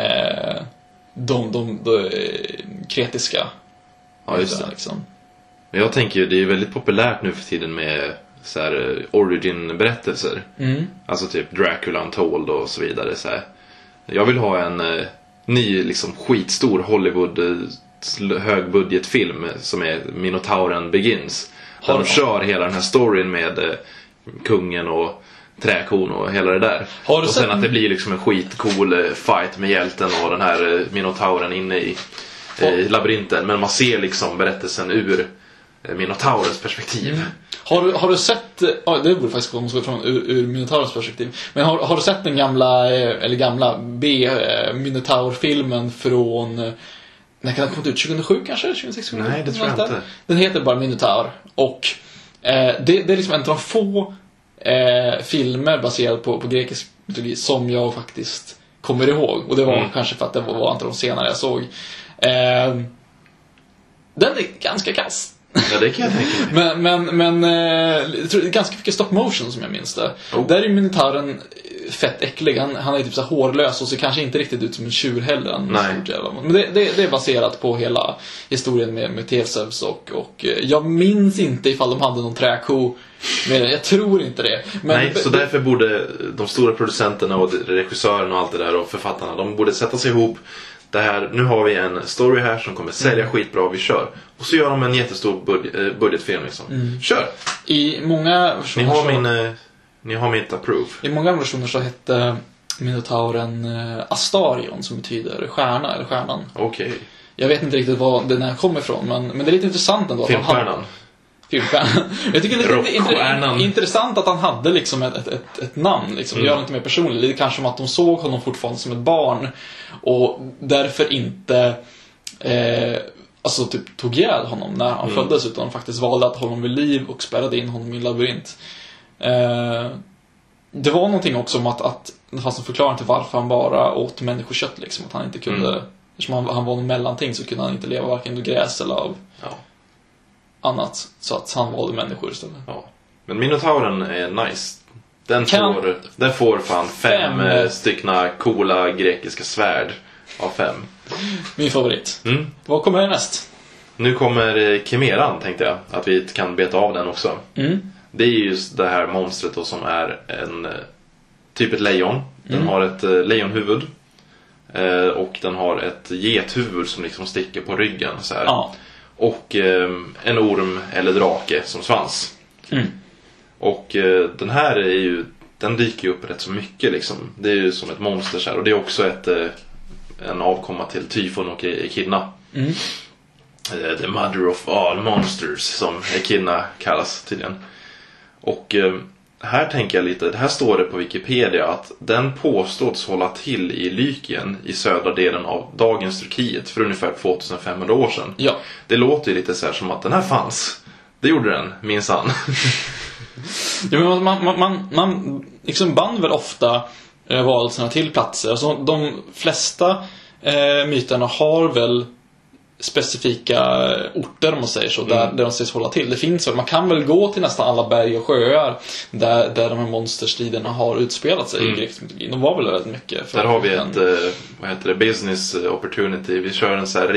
de kretiska just det. Liksom. Men jag tänker ju, det är väldigt populärt nu för tiden med så här origin-berättelser. Alltså typ Dracula Untold och så vidare. Så här. Jag vill ha en ny liksom skitstor Hollywood högbudgetfilm som är Minotauren Begins. Där de kör hela den här storyn med kungen och träkon och hela det där. Och sen att det blir liksom en skitcool fight med hjälten och den här Minotauren inne i labyrinten. Men man ser liksom berättelsen ur Minotaurens perspektiv. Har du sett, det borde faktiskt komma från ur Minotaurens perspektiv. Men har du sett den gamla Minotaur-filmen från, när kan den komma ut? 2007 kanske? 2006? Nej, det tror jag inte. Den heter bara Minotaur. Och det är liksom en av de få filmer baserad på grekisk mytologi som jag faktiskt kommer ihåg. Och det var kanske för att det var inte de senare jag såg. Den är ganska kass. Ja, det kan jag tänka mig. Men jag tror det är ganska mycket stop motion som jag minns det. Där är Minotauren fett äcklig. Han är typ så hårlös och ser kanske inte riktigt ut som en tjur heller. Men det är baserat på hela historien med Theseus och jag minns inte ifall de hade någon träko. Men jag tror inte det. Men nej, så därför borde de stora producenterna och regissören och allt det där och författarna, de borde sätta sig ihop. Det här, nu har vi en story här som kommer sälja skitbra, vi kör. Och så gör de en jättestor budgetfilm liksom. Kör! I många versioner ni har mitt approve. I många versioner så hette Minotauren Astarion, som betyder stjärna eller stjärnan. Okej. Jag vet inte riktigt var den här kommer ifrån, men det är lite intressant ändå. Filmstjärnan. Jag tycker det är intressant att han hade liksom ett namn liksom. Gör det inte mer personligt. Det är kanske som att de såg honom fortfarande som ett barn och därför inte alltså typ tog ihjäl honom när han föddes, utan de faktiskt valde att hålla honom vid liv och spärrade in honom i en labyrint. Det var någonting också om att det fanns en förklaring till varför han bara åt människokött liksom, att han inte kunde, eftersom han var en mellanting så kunde han inte leva varken av gräs eller av annat, så att han valde människor istället. Ja. Men Minotauren är nice. Den får fan 5 styckna coola grekiska svärd av 5. Min favorit. Vad kommer härnäst? Nu kommer Chimeran, tänkte jag. Att vi kan beta av den också. Det är just det här monstret då, som är en typ ett lejon. Den har ett lejonhuvud. Och den har ett gethuvud som liksom sticker på ryggen så här. Ja. Och en orm eller drake som svans. Och den här är ju, den dyker ju upp rätt så mycket liksom. Det är ju som ett monster så här. Och det är också en avkomma till Tyfon och Echidna. The mother of all monsters, som Echidna kallas tydligen. Och här tänker jag lite, här står det på Wikipedia att den påstås hålla till i Lykien i södra delen av dagens Turkiet för ungefär 2500 år sedan. Ja. Det låter ju lite så här som att den här fanns. Det gjorde den, minsann. Ja, men man liksom band väl ofta varelserna till platser. Alltså, de flesta myterna har väl specifika orter, om man säger så, där de ses hålla till. Det finns väl, man kan väl gå till nästan alla berg och sjöar där de här monsterstriderna har utspelat sig i grekisk mytologi. De var väl väldigt mycket. Där har vi ett business opportunity. Vi kör en så här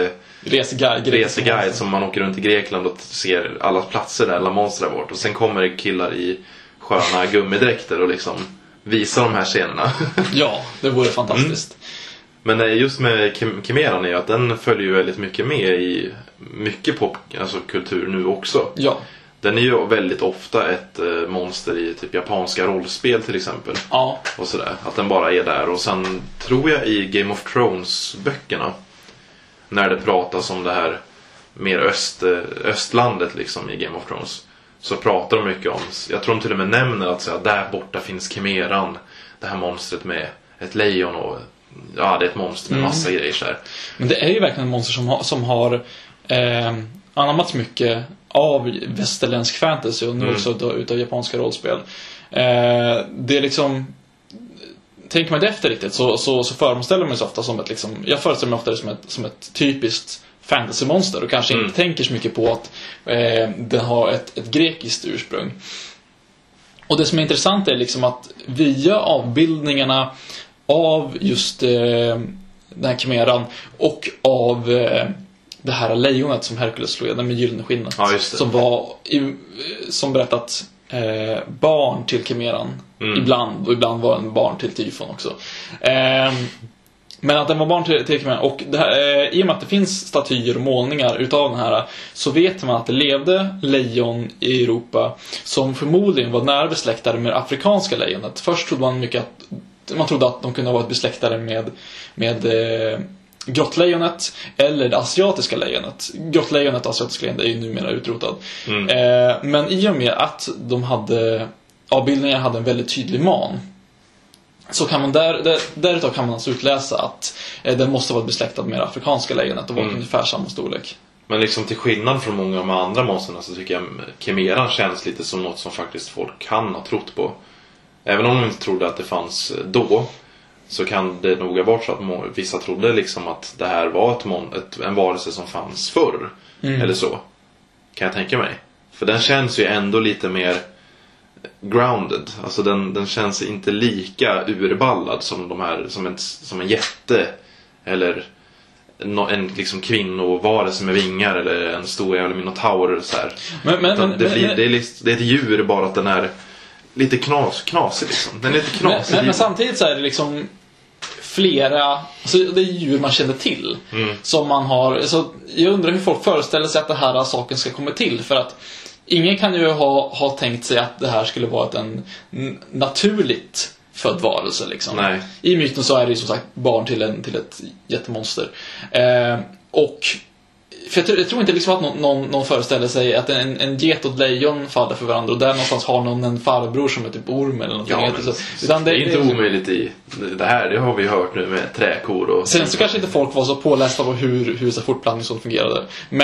reseguide som man åker runt i Grekland och ser alla platser där alla monster har varit. Och sen kommer det killar i sköna gummidräkter och liksom visar de här scenerna. Ja, det vore fantastiskt. Men just med Chimeran är ju att den följer ju väldigt mycket med i mycket popkultur nu också. Ja. Den är ju väldigt ofta ett monster i typ japanska rollspel till exempel. Ja. Och sådär, att den bara är där. Och sen tror jag i Game of Thrones böckerna, när det pratas om det här mer östlandet liksom i Game of Thrones, så pratar de mycket om, jag tror de till och med nämner att så här, där borta finns Chimeran, det här monstret med ett lejon och ja, det är ett monster med massa grejer så här. Men det är ju verkligen en monster som har anammats mycket av västerländsk fantasy och nu också utav japanska rollspel. Det är liksom, tänker man det efter riktigt så föreställer man sig ofta som ett liksom, jag föreställer mig ofta det som ett typiskt fantasymonster och kanske inte tänker så mycket på att den har ett grekiskt ursprung. Och det som är intressant är liksom att via avbildningarna av just den här Chimeran och av det här lejonet som Herkules slog, den med gyllene skinnet. Ja, just det. Som var, som berättat, barn till Kemeran. Ibland, och ibland var en barn till Tyfon också. Men att den var barn till Kemeran. Och det här, i och med att det finns statyer och målningar utav den här, så vet man att det levde lejon i Europa som förmodligen var nära besläktade med det afrikanska lejonet. Först trodde man trodde att de kunde ha varit besläktade med grottlejonet eller det asiatiska lejonet. Grottlejonet och asiatiska lejonet är ju numera utrotad. Men i och med att de hade avbildningar hade en väldigt tydlig man, så kan man därutav kan man alltså utläsa att den måste vara besläktad med det afrikanska lejonet och var ungefär samma storlek. Men liksom till skillnad från många av de andra monsterna så tycker jag Kemeran känns lite som något som faktiskt folk kan ha trott på. Även om de inte trodde att det fanns då, så kan det nog ha varit så att vissa trodde liksom att det här var en varelse som fanns förr. Eller så, kan jag tänka mig. För den känns ju ändå lite mer grounded. Alltså den känns inte lika urballad som de här, som en jätte eller en liksom kvinnovarelse med vingar eller en stor jävla minotaur så här. Det är ett djur, bara att den är lite knasig liksom. Den är lite knasig. Men samtidigt så är det liksom flera, alltså det är djur man känner till som man har, så jag undrar hur folk föreställer sig att det här saken ska komma till, för att ingen kan ju ha tänkt sig att det här skulle vara en naturligt född varelse liksom. Nej. I myten så är det ju som sagt barn till ett jättemonster. Och för jag tror inte liksom att någon föreställer sig att en get och ett lejon faller för varandra och där någonstans har någon en farbror som är typ orm eller någonting. Ja, utan det är inte omöjligt i det här, det har vi hört nu med träkor och sen så kanske inte folk var så pålästa på hur så fortplantning som fungerade.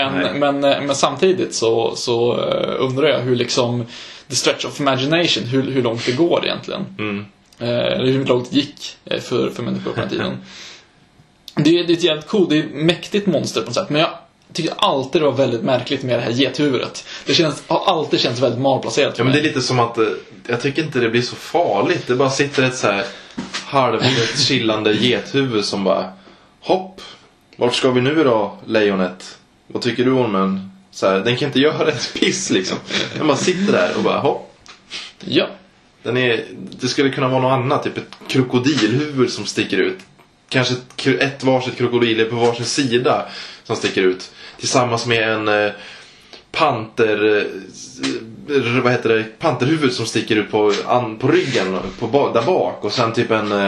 Men samtidigt så undrar jag hur liksom the stretch of imagination, hur långt det går egentligen. Eller hur långt det gick för människor på den tiden. Det är ett jävligt coolt, det är ett mäktigt monster på något sätt, men jag tycker alltid det var väldigt märkligt med det här gethuvudet. Har alltid känts väldigt malplacerat. Ja, men det är lite som att jag tycker inte det blir så farligt. Det bara sitter ett så här halvt chillande gethuvud som bara hopp. Vart ska vi nu då, lejonet? Vad tycker du om den? Så här, den kan inte göra ett piss liksom. Den bara sitter där och bara hopp. Ja. Det skulle kunna vara något annat, typ ett krokodilhuvud som sticker ut. Kanske ett varsitt krokodil på varsin sida som sticker ut. Tillsammans med en panterhuvud som sticker ut på ryggen där bak. Och sen typ en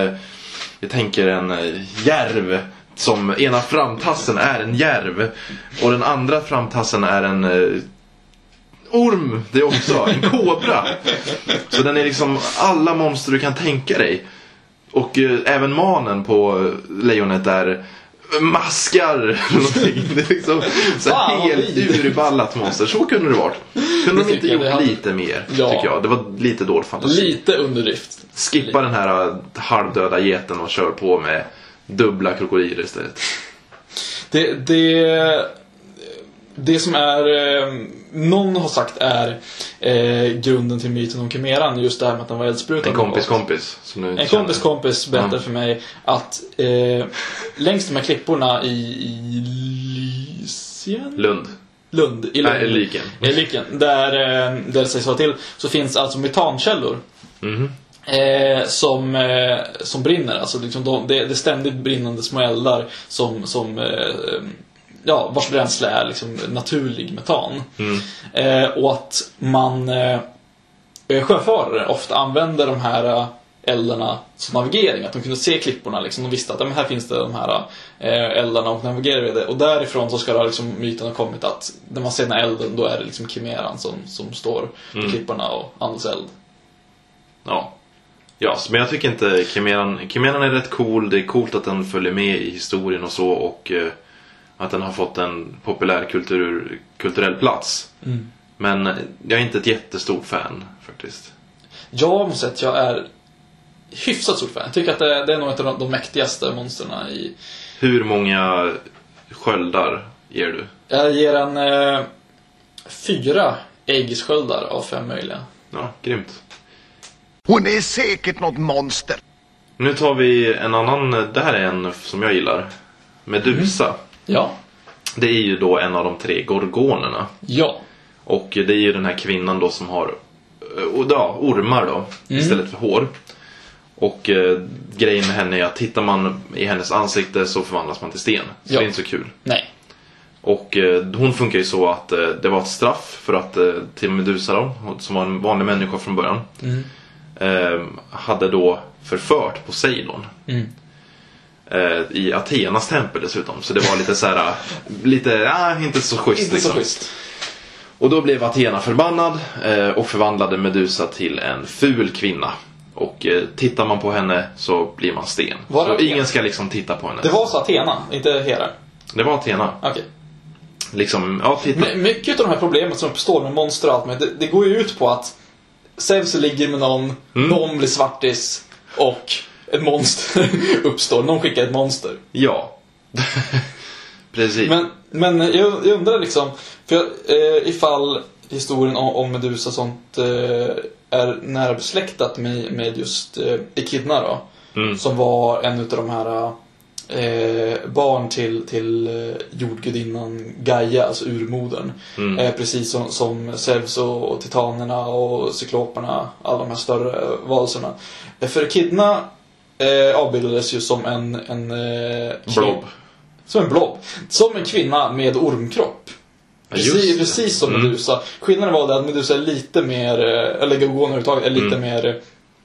järv, som ena framtassen är en järv och den andra framtassen är en orm, det är också en kobra. Så den är liksom alla monster du kan tänka dig. Och även manen på lejonet är maskar någonting. Det är liksom så helt urballat monster. Så kunde det varit. Kunde de inte gjort lite mer, tycker jag. Det var lite dåligt fantasi. Lite underdrift. Skippa den här halvdöda geten och kör på med dubbla krokodiler istället. Det som är någon har sagt är grunden till myten om Kemeran, just det här med att den var eldsprutande. En kompis berättade för mig att längs de här klipporna i Lyken. Lyken, där det sägs vara till, så finns alltså metankällor. Som brinner, alltså liksom det är ständigt brinnande små eldar som vars bränsle är liksom naturlig metan. Och att man sjöfarare ofta använder de här eldarna som navigering, att de kunde se klipporna liksom, de visste att här finns det de här eldarna och navigerar med det, och därifrån så ska det liksom myten ha kommit att när man ser den här elden, då är det liksom Kemeran som står på klipporna och andas eld. Ja, men jag tycker inte Kemeran är rätt cool. Det är coolt att den följer med i historien och så, och att den har fått en populär kulturell plats. Men jag är inte ett jättestort fan faktiskt. Jag måste säga att jag är hyfsat stort fan. Jag tycker att det är nog ett av de mäktigaste monsterna i... Hur många sköldar ger du? Jag ger en 4 äggssköldar av 5 möjliga. Ja, grymt. Hon är säkert något monster. Nu tar vi en annan. Det här är en som jag gillar. Medusa. Ja. Det är ju då en av de 3 gorgonerna. Ja. Och det är ju den här kvinnan då som har ormar då istället för hår. Och grejen med henne är att tittar man i hennes ansikte så förvandlas man till sten. Så det är inte så kul. Nej. Och hon funkar ju så att det var ett straff för att till Medusa då, som var en vanlig människa från början, hade då förfört Poseidon. I Athenas tempel dessutom. Så det var lite så här inte så schysst. Inte liksom. så schysst. Och då blev Athena förbannad och förvandlade Medusa till en ful kvinna. Och tittar man på henne så blir man sten. Så ingen ska liksom titta på henne. Det var så Athena, inte Hera. Det var Athena. Okej. Liksom, ja, titta. Mycket av de här problemen som uppstår med monster och allt med, det går ju ut på att Zeus ligger med någon blir svartis och ett monster uppstår. Någon skickar ett monster. Ja. Precis. Men jag undrar liksom, för ifall historien om Medusa sånt är nära besläktat med just Echidna då, som var en utav de här barn till jordgudinnan Gaia, alltså urmodern. Precis som Zeus och titanerna och cykloperna, alla de här större varelserna. För Echidna avbildades ju som en blob. Som en blob. Som en kvinna med ormkropp. Precis som Medusa. Skillnaden var det att Medusa är lite mer, eller Gorgon överhuvudtaget är lite mer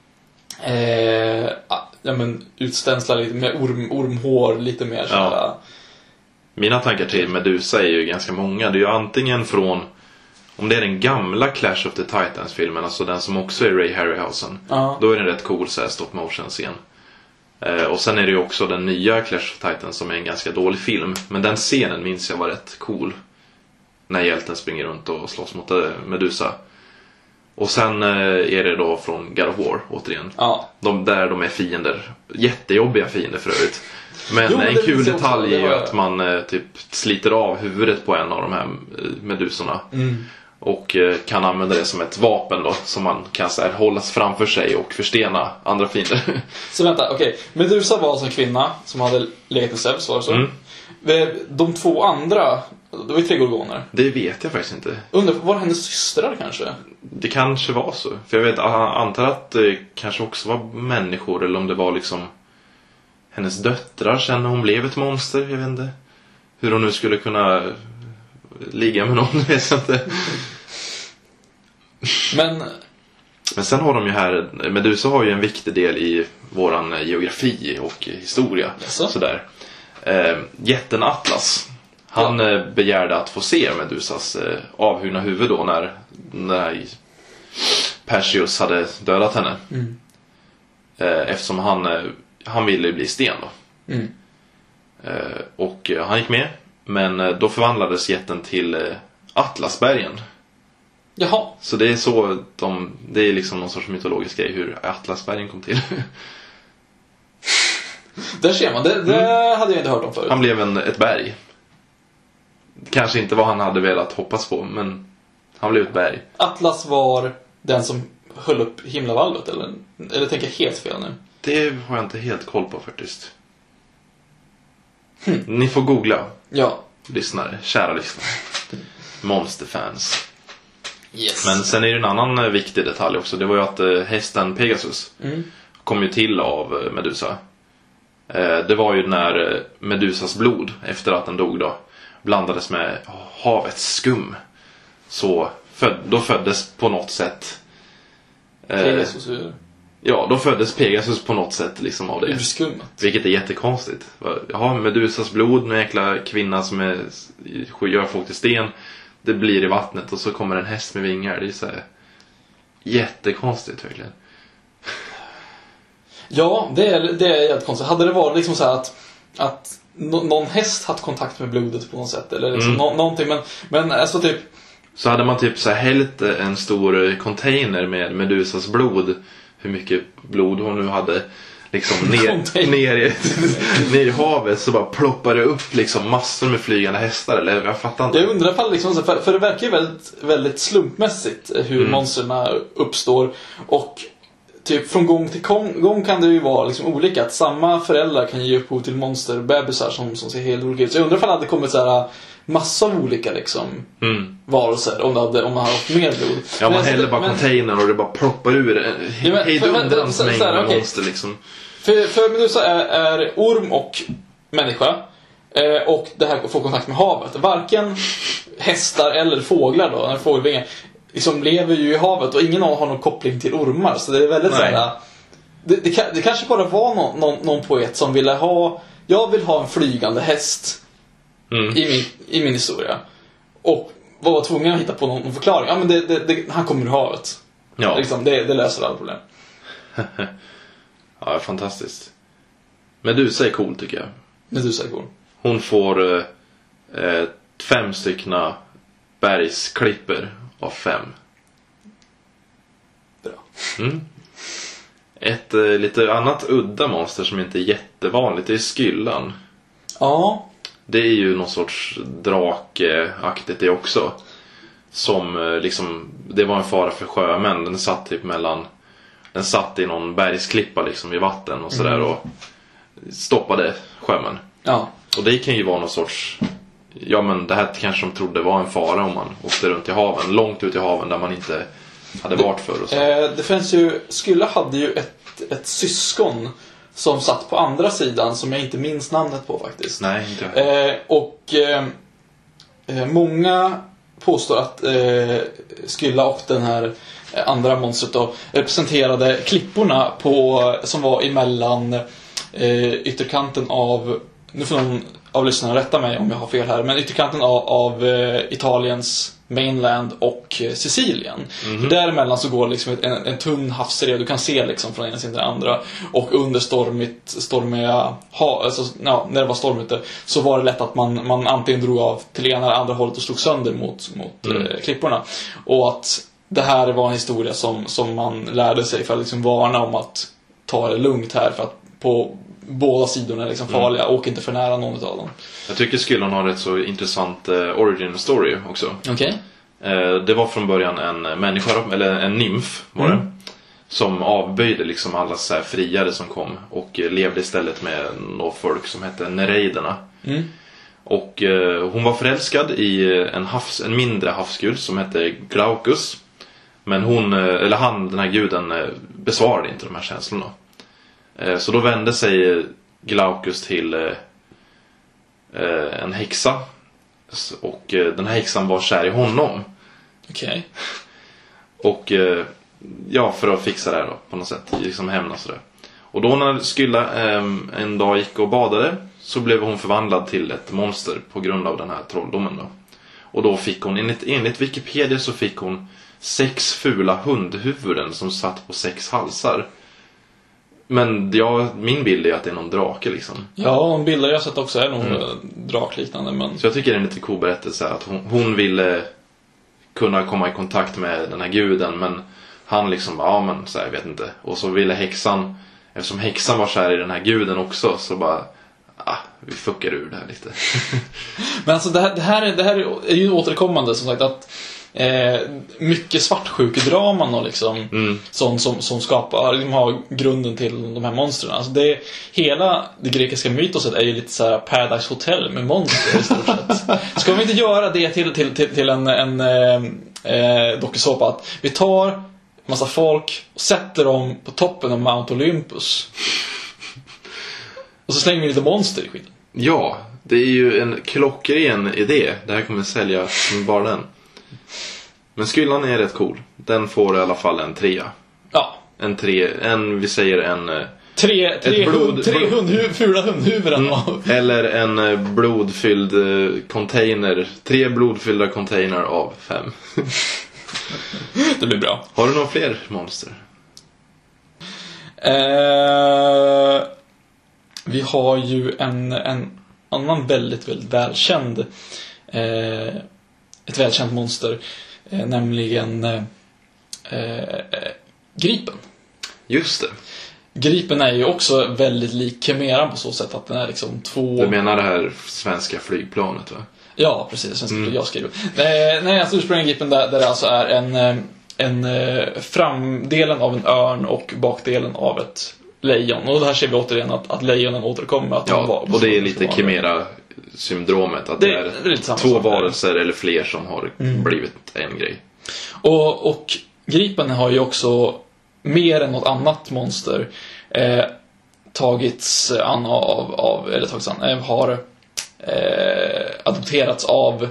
utstänslad, lite mer ormhår, lite mer sådär. Mina tankar till Medusa är ju ganska många. Det är ju antingen från, om det är den gamla Clash of the Titans-filmen, alltså den som också är Ray Harryhausen, då är den rätt cool så här stop motion-scen. Och sen är det ju också den nya Clash of Titans som är en ganska dålig film. Men den scenen minns jag var rätt cool. När hjälten springer runt och slåss mot Medusa. Och sen är det då från God of War återigen. Där de är fiender. Jättejobbiga fiender för övrigt. Men en kul detalj är ju att man typ sliter av huvudet på en av de här medusorna. Och kan använda det som ett vapen då, som man kan så här hållas framför sig och förstena andra fiender. Så vänta, okej. Medusa var alltså en kvinna som hade legat med Zeus, var det så? De 2 andra, det var ju 3 gorgoner. Det vet jag faktiskt inte. Undrar, var det hennes systrar kanske? Det kanske var så. För jag antar att det kanske också var människor, eller om det var liksom hennes döttrar sen när hon blev ett monster, jag vet inte. Hur hon nu skulle kunna ligga med någon, vet jag inte. Men sen har de ju här, Medusa har ju en viktig del i våran geografi och historia. Sådär. Jätten Atlas, han begärde att få se Medusas avhugna huvud då när Perseus hade dödat henne. Eftersom han ville bli sten då. Och han gick med. Men då förvandlades jätten till Atlasbergen. Jaha. Så det är så det är liksom någon sorts mytologisk grej hur Atlasbergen kom till. Där ser man, det hade jag inte hört om förut. Han blev ett berg. Kanske inte vad han hade velat hoppas på, men han blev ett berg. Atlas var den som höll upp himlavalvet, eller tänker jag helt fel nu? Det har jag inte helt koll på faktiskt. Ni får googla. Ja. Lyssnare, kära lyssnare. Monsterfans. Yes. Men sen är det en annan viktig detalj också. Det var ju att hästen Pegasus kom ju till av Medusa. Det var ju när Medusas blod, efter att den dog då, blandades med havets skum. Så då föddes på något sätt Pegasus. Ja, då föddes Pegasus på något sätt liksom av det. Ur skummet. Vilket är jättekonstigt. Jaha, Medusas blod, en jäkla kvinna som gör folk till sten. Det blir i vattnet och så kommer en häst med vingar. Det är så här jättekonstigt verkligen. Ja, det är jättekonstigt. Hade det varit liksom så här att någon häst haft kontakt med blodet på något sätt eller liksom någonting, men alltså typ så hade man typ så här hällt en stor container med Medusas blod, hur mycket blod hon nu hade liksom ner i havet, så bara ploppar det upp liksom massor med flygande hästar, eller jag fattar inte. Jag undrar fall liksom, för det verkar ju väldigt, väldigt slumpmässigt hur monsterna uppstår, och typ från gång till gång kan det ju vara liksom olika. Att samma föräldrar kan ge upphov till monsterbebisar som ser helt olika ut. Så jag undrar om det hade kommit så här massa av olika liksom varelser om man hade haft mer blod. Ja, man häller bara containern och det bara ploppar ur hejdundrans mängd med monster liksom. För Medusa är orm och människa. Och det här får kontakt med havet. Varken hästar eller fåglar då, fågelvingar, liksom lever ju i havet och ingen av dem har någon koppling till ormar. Så det är väldigt såhär. Det kanske bara var någon poet som ville ha. Jag vill ha en flygande häst i min historia. Och var tvungen att hitta på någon förklaring. Ja, men han kommer ur havet. Ja. Liksom, det löser alla problem. Ja, fantastiskt. Medusa är cool tycker jag. Medusa är cool. Hon får 5 stycken bergsklipper av 5. Bra. Ett lite annat udda monster som inte är jättevanligt, det är skyllan. Ja. Det är ju någon sorts drakeaktigt det också. Som liksom, det var en fara för sjömän. Den satt typ den satt i någon bergsklippa liksom i vatten och sådär och stoppade sjömän. Ja. Och det kan ju vara någon sorts, ja men det här kanske de trodde var en fara om man åkte runt i haven, långt ut i haven där man inte hade varit förr och så. Det finns ju, Skylla hade ju ett syskon som satt på andra sidan som jag inte minns namnet på faktiskt. Nej, inte. Många påstår att Skylla och den här andra monstret då representerade klipporna som var emellan ytterkanten av, nu får någon av lyssnarna rätta mig om jag har fel här, men ytterkanten av Italiens mainland och Sicilien. Däremellan så går liksom en tunn havsred, du kan se liksom från ena sidan till den andra, och under stormiga när det var stormigt så var det lätt att man antingen drog av till ena eller andra hållet och slog sönder mot klipporna, och att det här var en historia som man lärde sig för att liksom varna om att ta det lugnt här, för att på båda sidorna är liksom farliga, åk inte för nära någon av dem. Jag tycker Skyllan har ett så intressant origin story också. Okej. Det var från början en människa, eller en nymf var det, som avböjde liksom alla så här friare som kom och levde istället med några folk som hette Nereiderna. Och hon var förälskad i en mindre havsgud som hette Glaucus. Men den här guden besvarade inte de här känslorna. Så då vände sig Glaucus till en häxa. Och den här häxan var kär i honom. Okej. Och för att fixa det här då, på något sätt, liksom hämnas det. Och då när Skylla en dag gick och badade, så blev hon förvandlad till ett monster på grund av den här trolldomen då. Och då fick hon, enligt Wikipedia så fick hon 6 fula hundhuvuden som satt på 6 halsar. Men min bild är att det är någon drake liksom. Ja, en bild jag sett också är nog drakliknande, men... Så jag tycker det är en lite cool berättelse att hon ville kunna komma i kontakt med den här guden, men han liksom, så jag vet inte. Och så ville häxan, eftersom häxan var kär i den här guden också, så bara, vi fuckar ur det här lite. Men alltså det här är ju återkommande som sagt, att mycket svartsjukedraman och liksom sånt som skapar, de har grunden till de här monstren. Alltså hela det grekiska mytoset är ju lite så här Paradise Hotel med monster i stort sett. Ska vi inte göra det till en dokusåpa, att vi tar en massa folk och sätter dem på toppen av Mount Olympus och så slänger vi lite monster i skiten. Ja, det är ju en klockren idé. Det här kommer sälja som bara den. Men Skyllan är rätt cool. Den får i alla fall en 3. Ja. Vi säger en... Tre fula hundhuvuden. Eller en blodfylld container. 3 blodfyllda container av 5. Det blir bra. Har du några fler monster? Vi har ju en annan väldigt, väldigt välkänd ett välkänt monster, nämligen Gripen. Just det. Gripen är ju också väldigt lik Chimeran på så sätt att den är liksom 2... Du menar det här svenska flygplanet, va? Ja, precis. Svenska jag skriver. Nej, alltså ursprungligen Gripen där det alltså är framdelen av en örn och bakdelen av ett lejon. Och här ser vi återigen att lejonen återkommer. Att och det är lite Chimera-syndromet. Att det är lite två varelser eller fler som har blivit en grej. Och Gripen har ju också mer än något annat monster tagits an har adopterats av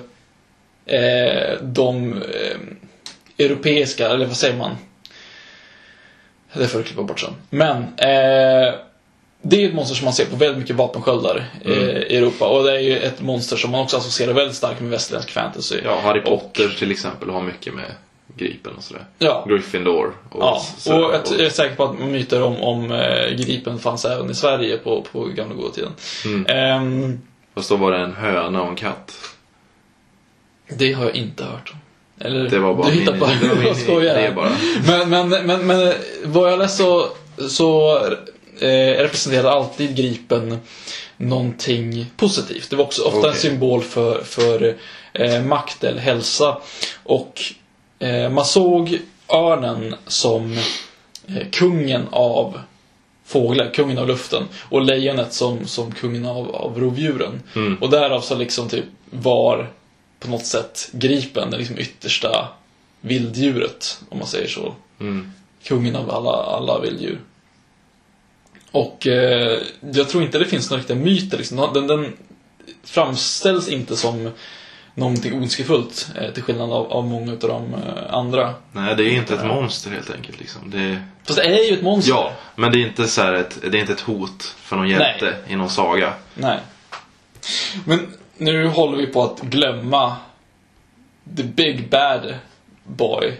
de europeiska, eller vad säger man? Det får jag klippa bort sen. Men det är ett monster som man ser på väldigt mycket vapensköldar i Europa. Och det är ju ett monster som man också associerar väldigt starkt med västerländsk fantasy. Ja, Harry Potter till exempel har mycket med Gripen och sådär. Ja. Gryffindor. Och jag är säker på att myter om Gripen fanns även i Sverige på gamla goda tiden. Fast då var det en höna och en katt. Det har jag inte hört. Eller, det var bara du hittar bara det bara. Men vad jag läst så representerar alltid Gripen någonting positivt. Det var också ofta en symbol för makt eller hälsa. Och man såg örnen som kungen av fåglar, kungen av luften, och lejonet som kungen av rovdjuren. Och därav så liksom typ var på något sätt Gripen det liksom yttersta vilddjuret, om man säger så. Kungen av alla vilddjur. Och jag tror inte det finns några riktiga myter liksom. Den framställs inte som någonting ondskefullt till skillnad av många av de andra. Nej, det är inte ett monster helt enkelt liksom. Fast det är ju ett monster. Ja, men det är inte så här det är inte ett hot för någon hjälte i någon saga. Nej. Men nu håller vi på att glömma the big bad boy.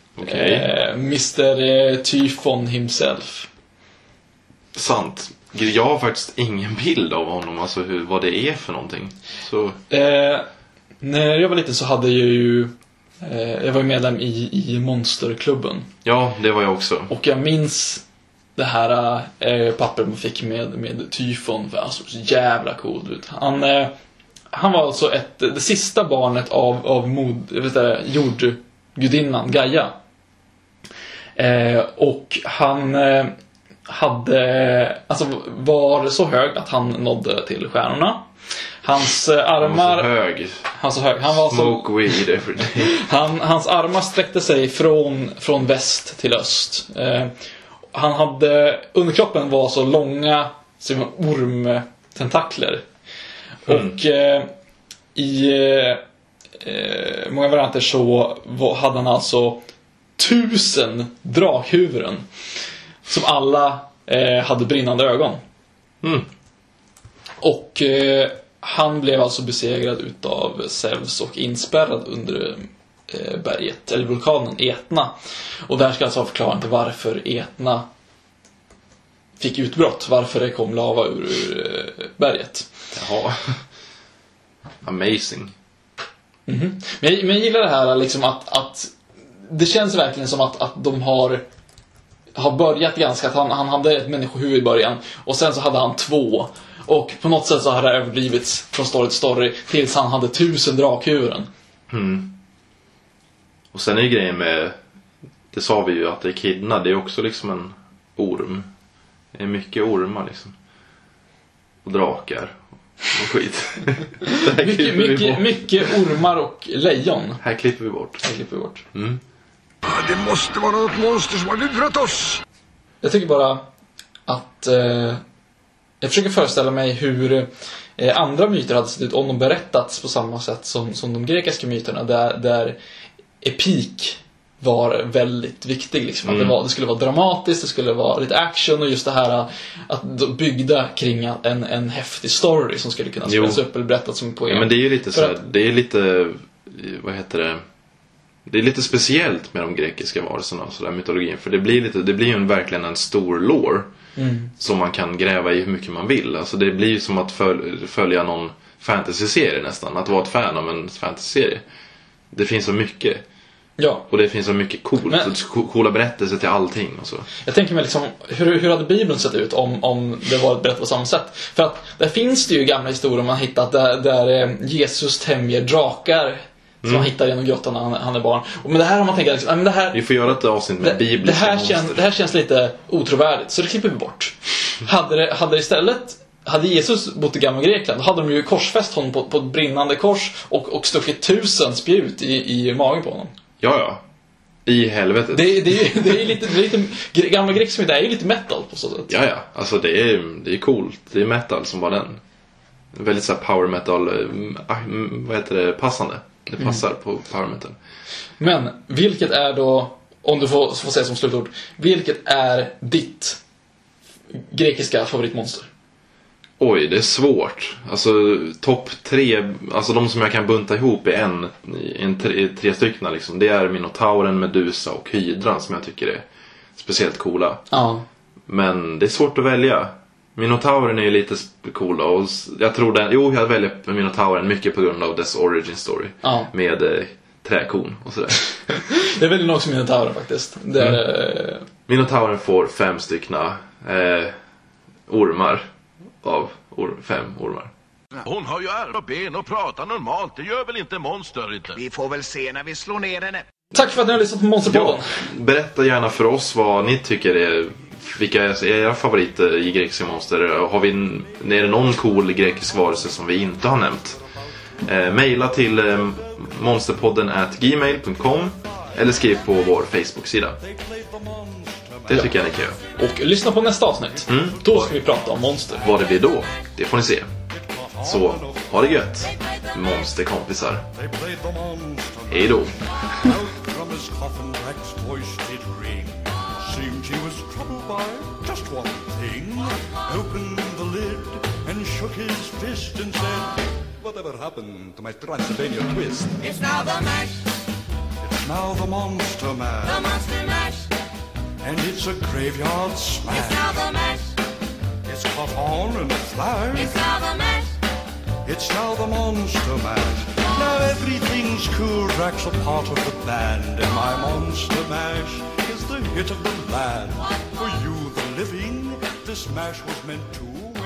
Mr. Typhon himself. Sant. Jag har faktiskt ingen bild av honom, alltså vad det är för någonting. Så när jag var liten så hade jag ju jag var medlem i Monsterklubben. Ja, det var jag också. Och jag minns det här pappret man fick med Typhon, för han såg så jävla cool ut. Han var alltså det sista barnet av jordgudinnan Gaia. Och han var så hög att han nådde till stjärnorna. Hans armar... Han var så hög. Han var smoke weed every day. Hans armar sträckte sig från väst till öst. Han hade... Underkroppen var så långa som ormtentakler. Och i många varianter så hade han alltså 1000 drakhuvuden som alla hade brinnande ögon. Och han blev alltså besegrad utav Zeus och inspärrad under berget, eller vulkanen Etna. Och där ska alltså ha förklarat till varför Etna fick utbrott, varför det kom lava ur berget. Jaha. Amazing. Men jag gillar det här liksom att det känns verkligen som att de har börjat ganska, att han hade ett människohuvud i början och sen så hade han 2, och på något sätt så har det överdrivits från story till story tills han hade 1000 drakhuvuden. Och sen är ju grejen med, det sa vi ju, att Echidna, det är också liksom en orm. Det är mycket ormar liksom. Och drakar och skit. mycket ormar och lejon. Här klipper vi bort. Det måste vara något monster som har lurat oss. Jag tycker bara att jag försöker föreställa mig hur andra myter hade sett ut om de berättats på samma sätt som de grekiska myterna, där epik var väldigt viktig liksom. Att det skulle vara dramatiskt, det skulle vara lite action, och just det här att byggda kring en häftig story som skulle kunna spelas upp eller berättas som en poem. Ja, men det är ju lite så här, det är lite, vad heter det? Det är lite speciellt med de grekiska varelserna och sådär, mytologin, för det blir ju verkligen en stor lore som man kan gräva i hur mycket man vill. Alltså det blir ju som att följa någon fantasy-serie nästan, att vara ett fan av en fantasy-serie. Det finns så mycket. Ja. Och det finns så mycket coola berättelser till allting och så. Jag tänker mig liksom, hur hade Bibeln sett ut om det var berättat på samma sätt? För att där finns det ju gamla historier man hittat där Jesus tämjer drakar som han hittar genom grottan när han är barn. Men det här har man tänkt liksom, men det här, Vi får göra ett avsnitt med bibliska monster. det här känns lite otrovärdigt, så det klipper vi bort. Hade Jesus bott i gamla Grekland, då hade de ju korsfäst honom på ett brinnande kors och stuckit 1000 spjut i magen på honom. Ja. I helvetet. Det är lite gamla grekiska myter är ju lite metal på så sätt. Ja. Alltså det är coolt. Det är metal som bara den. Väldigt så här power metal, passande. Det passar på power metal. Men vilket är då, om du får säga som slutord, vilket är ditt grekiska favoritmonster? Oj, det är svårt. Alltså topp 3, alltså de som jag kan bunta ihop i tre stycken liksom. Det är Minotauren, Medusa och Hydran som jag tycker är speciellt coola. Ja. Men det är svårt att välja. Minotauren är ju lite cool och jag tror jag väljer Minotauren mycket på grund av dess origin story. Ja. Med träkon och sådär. Det är väldigt nog som Minotauren faktiskt. Det är, Minotauren får 5 styckna ormar av 5 ormar. Hon har ju armar och ben och pratar normalt. Det gör väl inte monster inte? Vi får väl se när vi slår ner henne. Tack för att ni har lyssnat på Monsterpodden. Berätta gärna för oss vad ni tycker är, vilka är era favoriter i grekiska monster. Är det någon cool grekisk varelse som vi inte har nämnt? Maila till monsterpodden@gmail.com eller skriv på vår Facebook-sida. Det tycker jag ni kan göra. Och lyssna på nästa avsnitt. Då ska vi prata om monster. Vad det blir då, det får ni se. Så, ha det gött, monsterkompisar. Hej då. Out from his coffin Drax's voice did ring. Seemed he was troubled by just one thing. Opened the lid and shook his fist and said, "Whatever happened to my Transylvania twist?" It's now the mash, It's now the Monster Mash, the monster mash. and it's a graveyard It's smash. now the mash, It's caught on in a flash. it's now the mash. It's now the Monster Mash. Now everything's cool. Drax a part of the band, and my Monster Mash is the hit of the land. For you, the living, this mash was meant to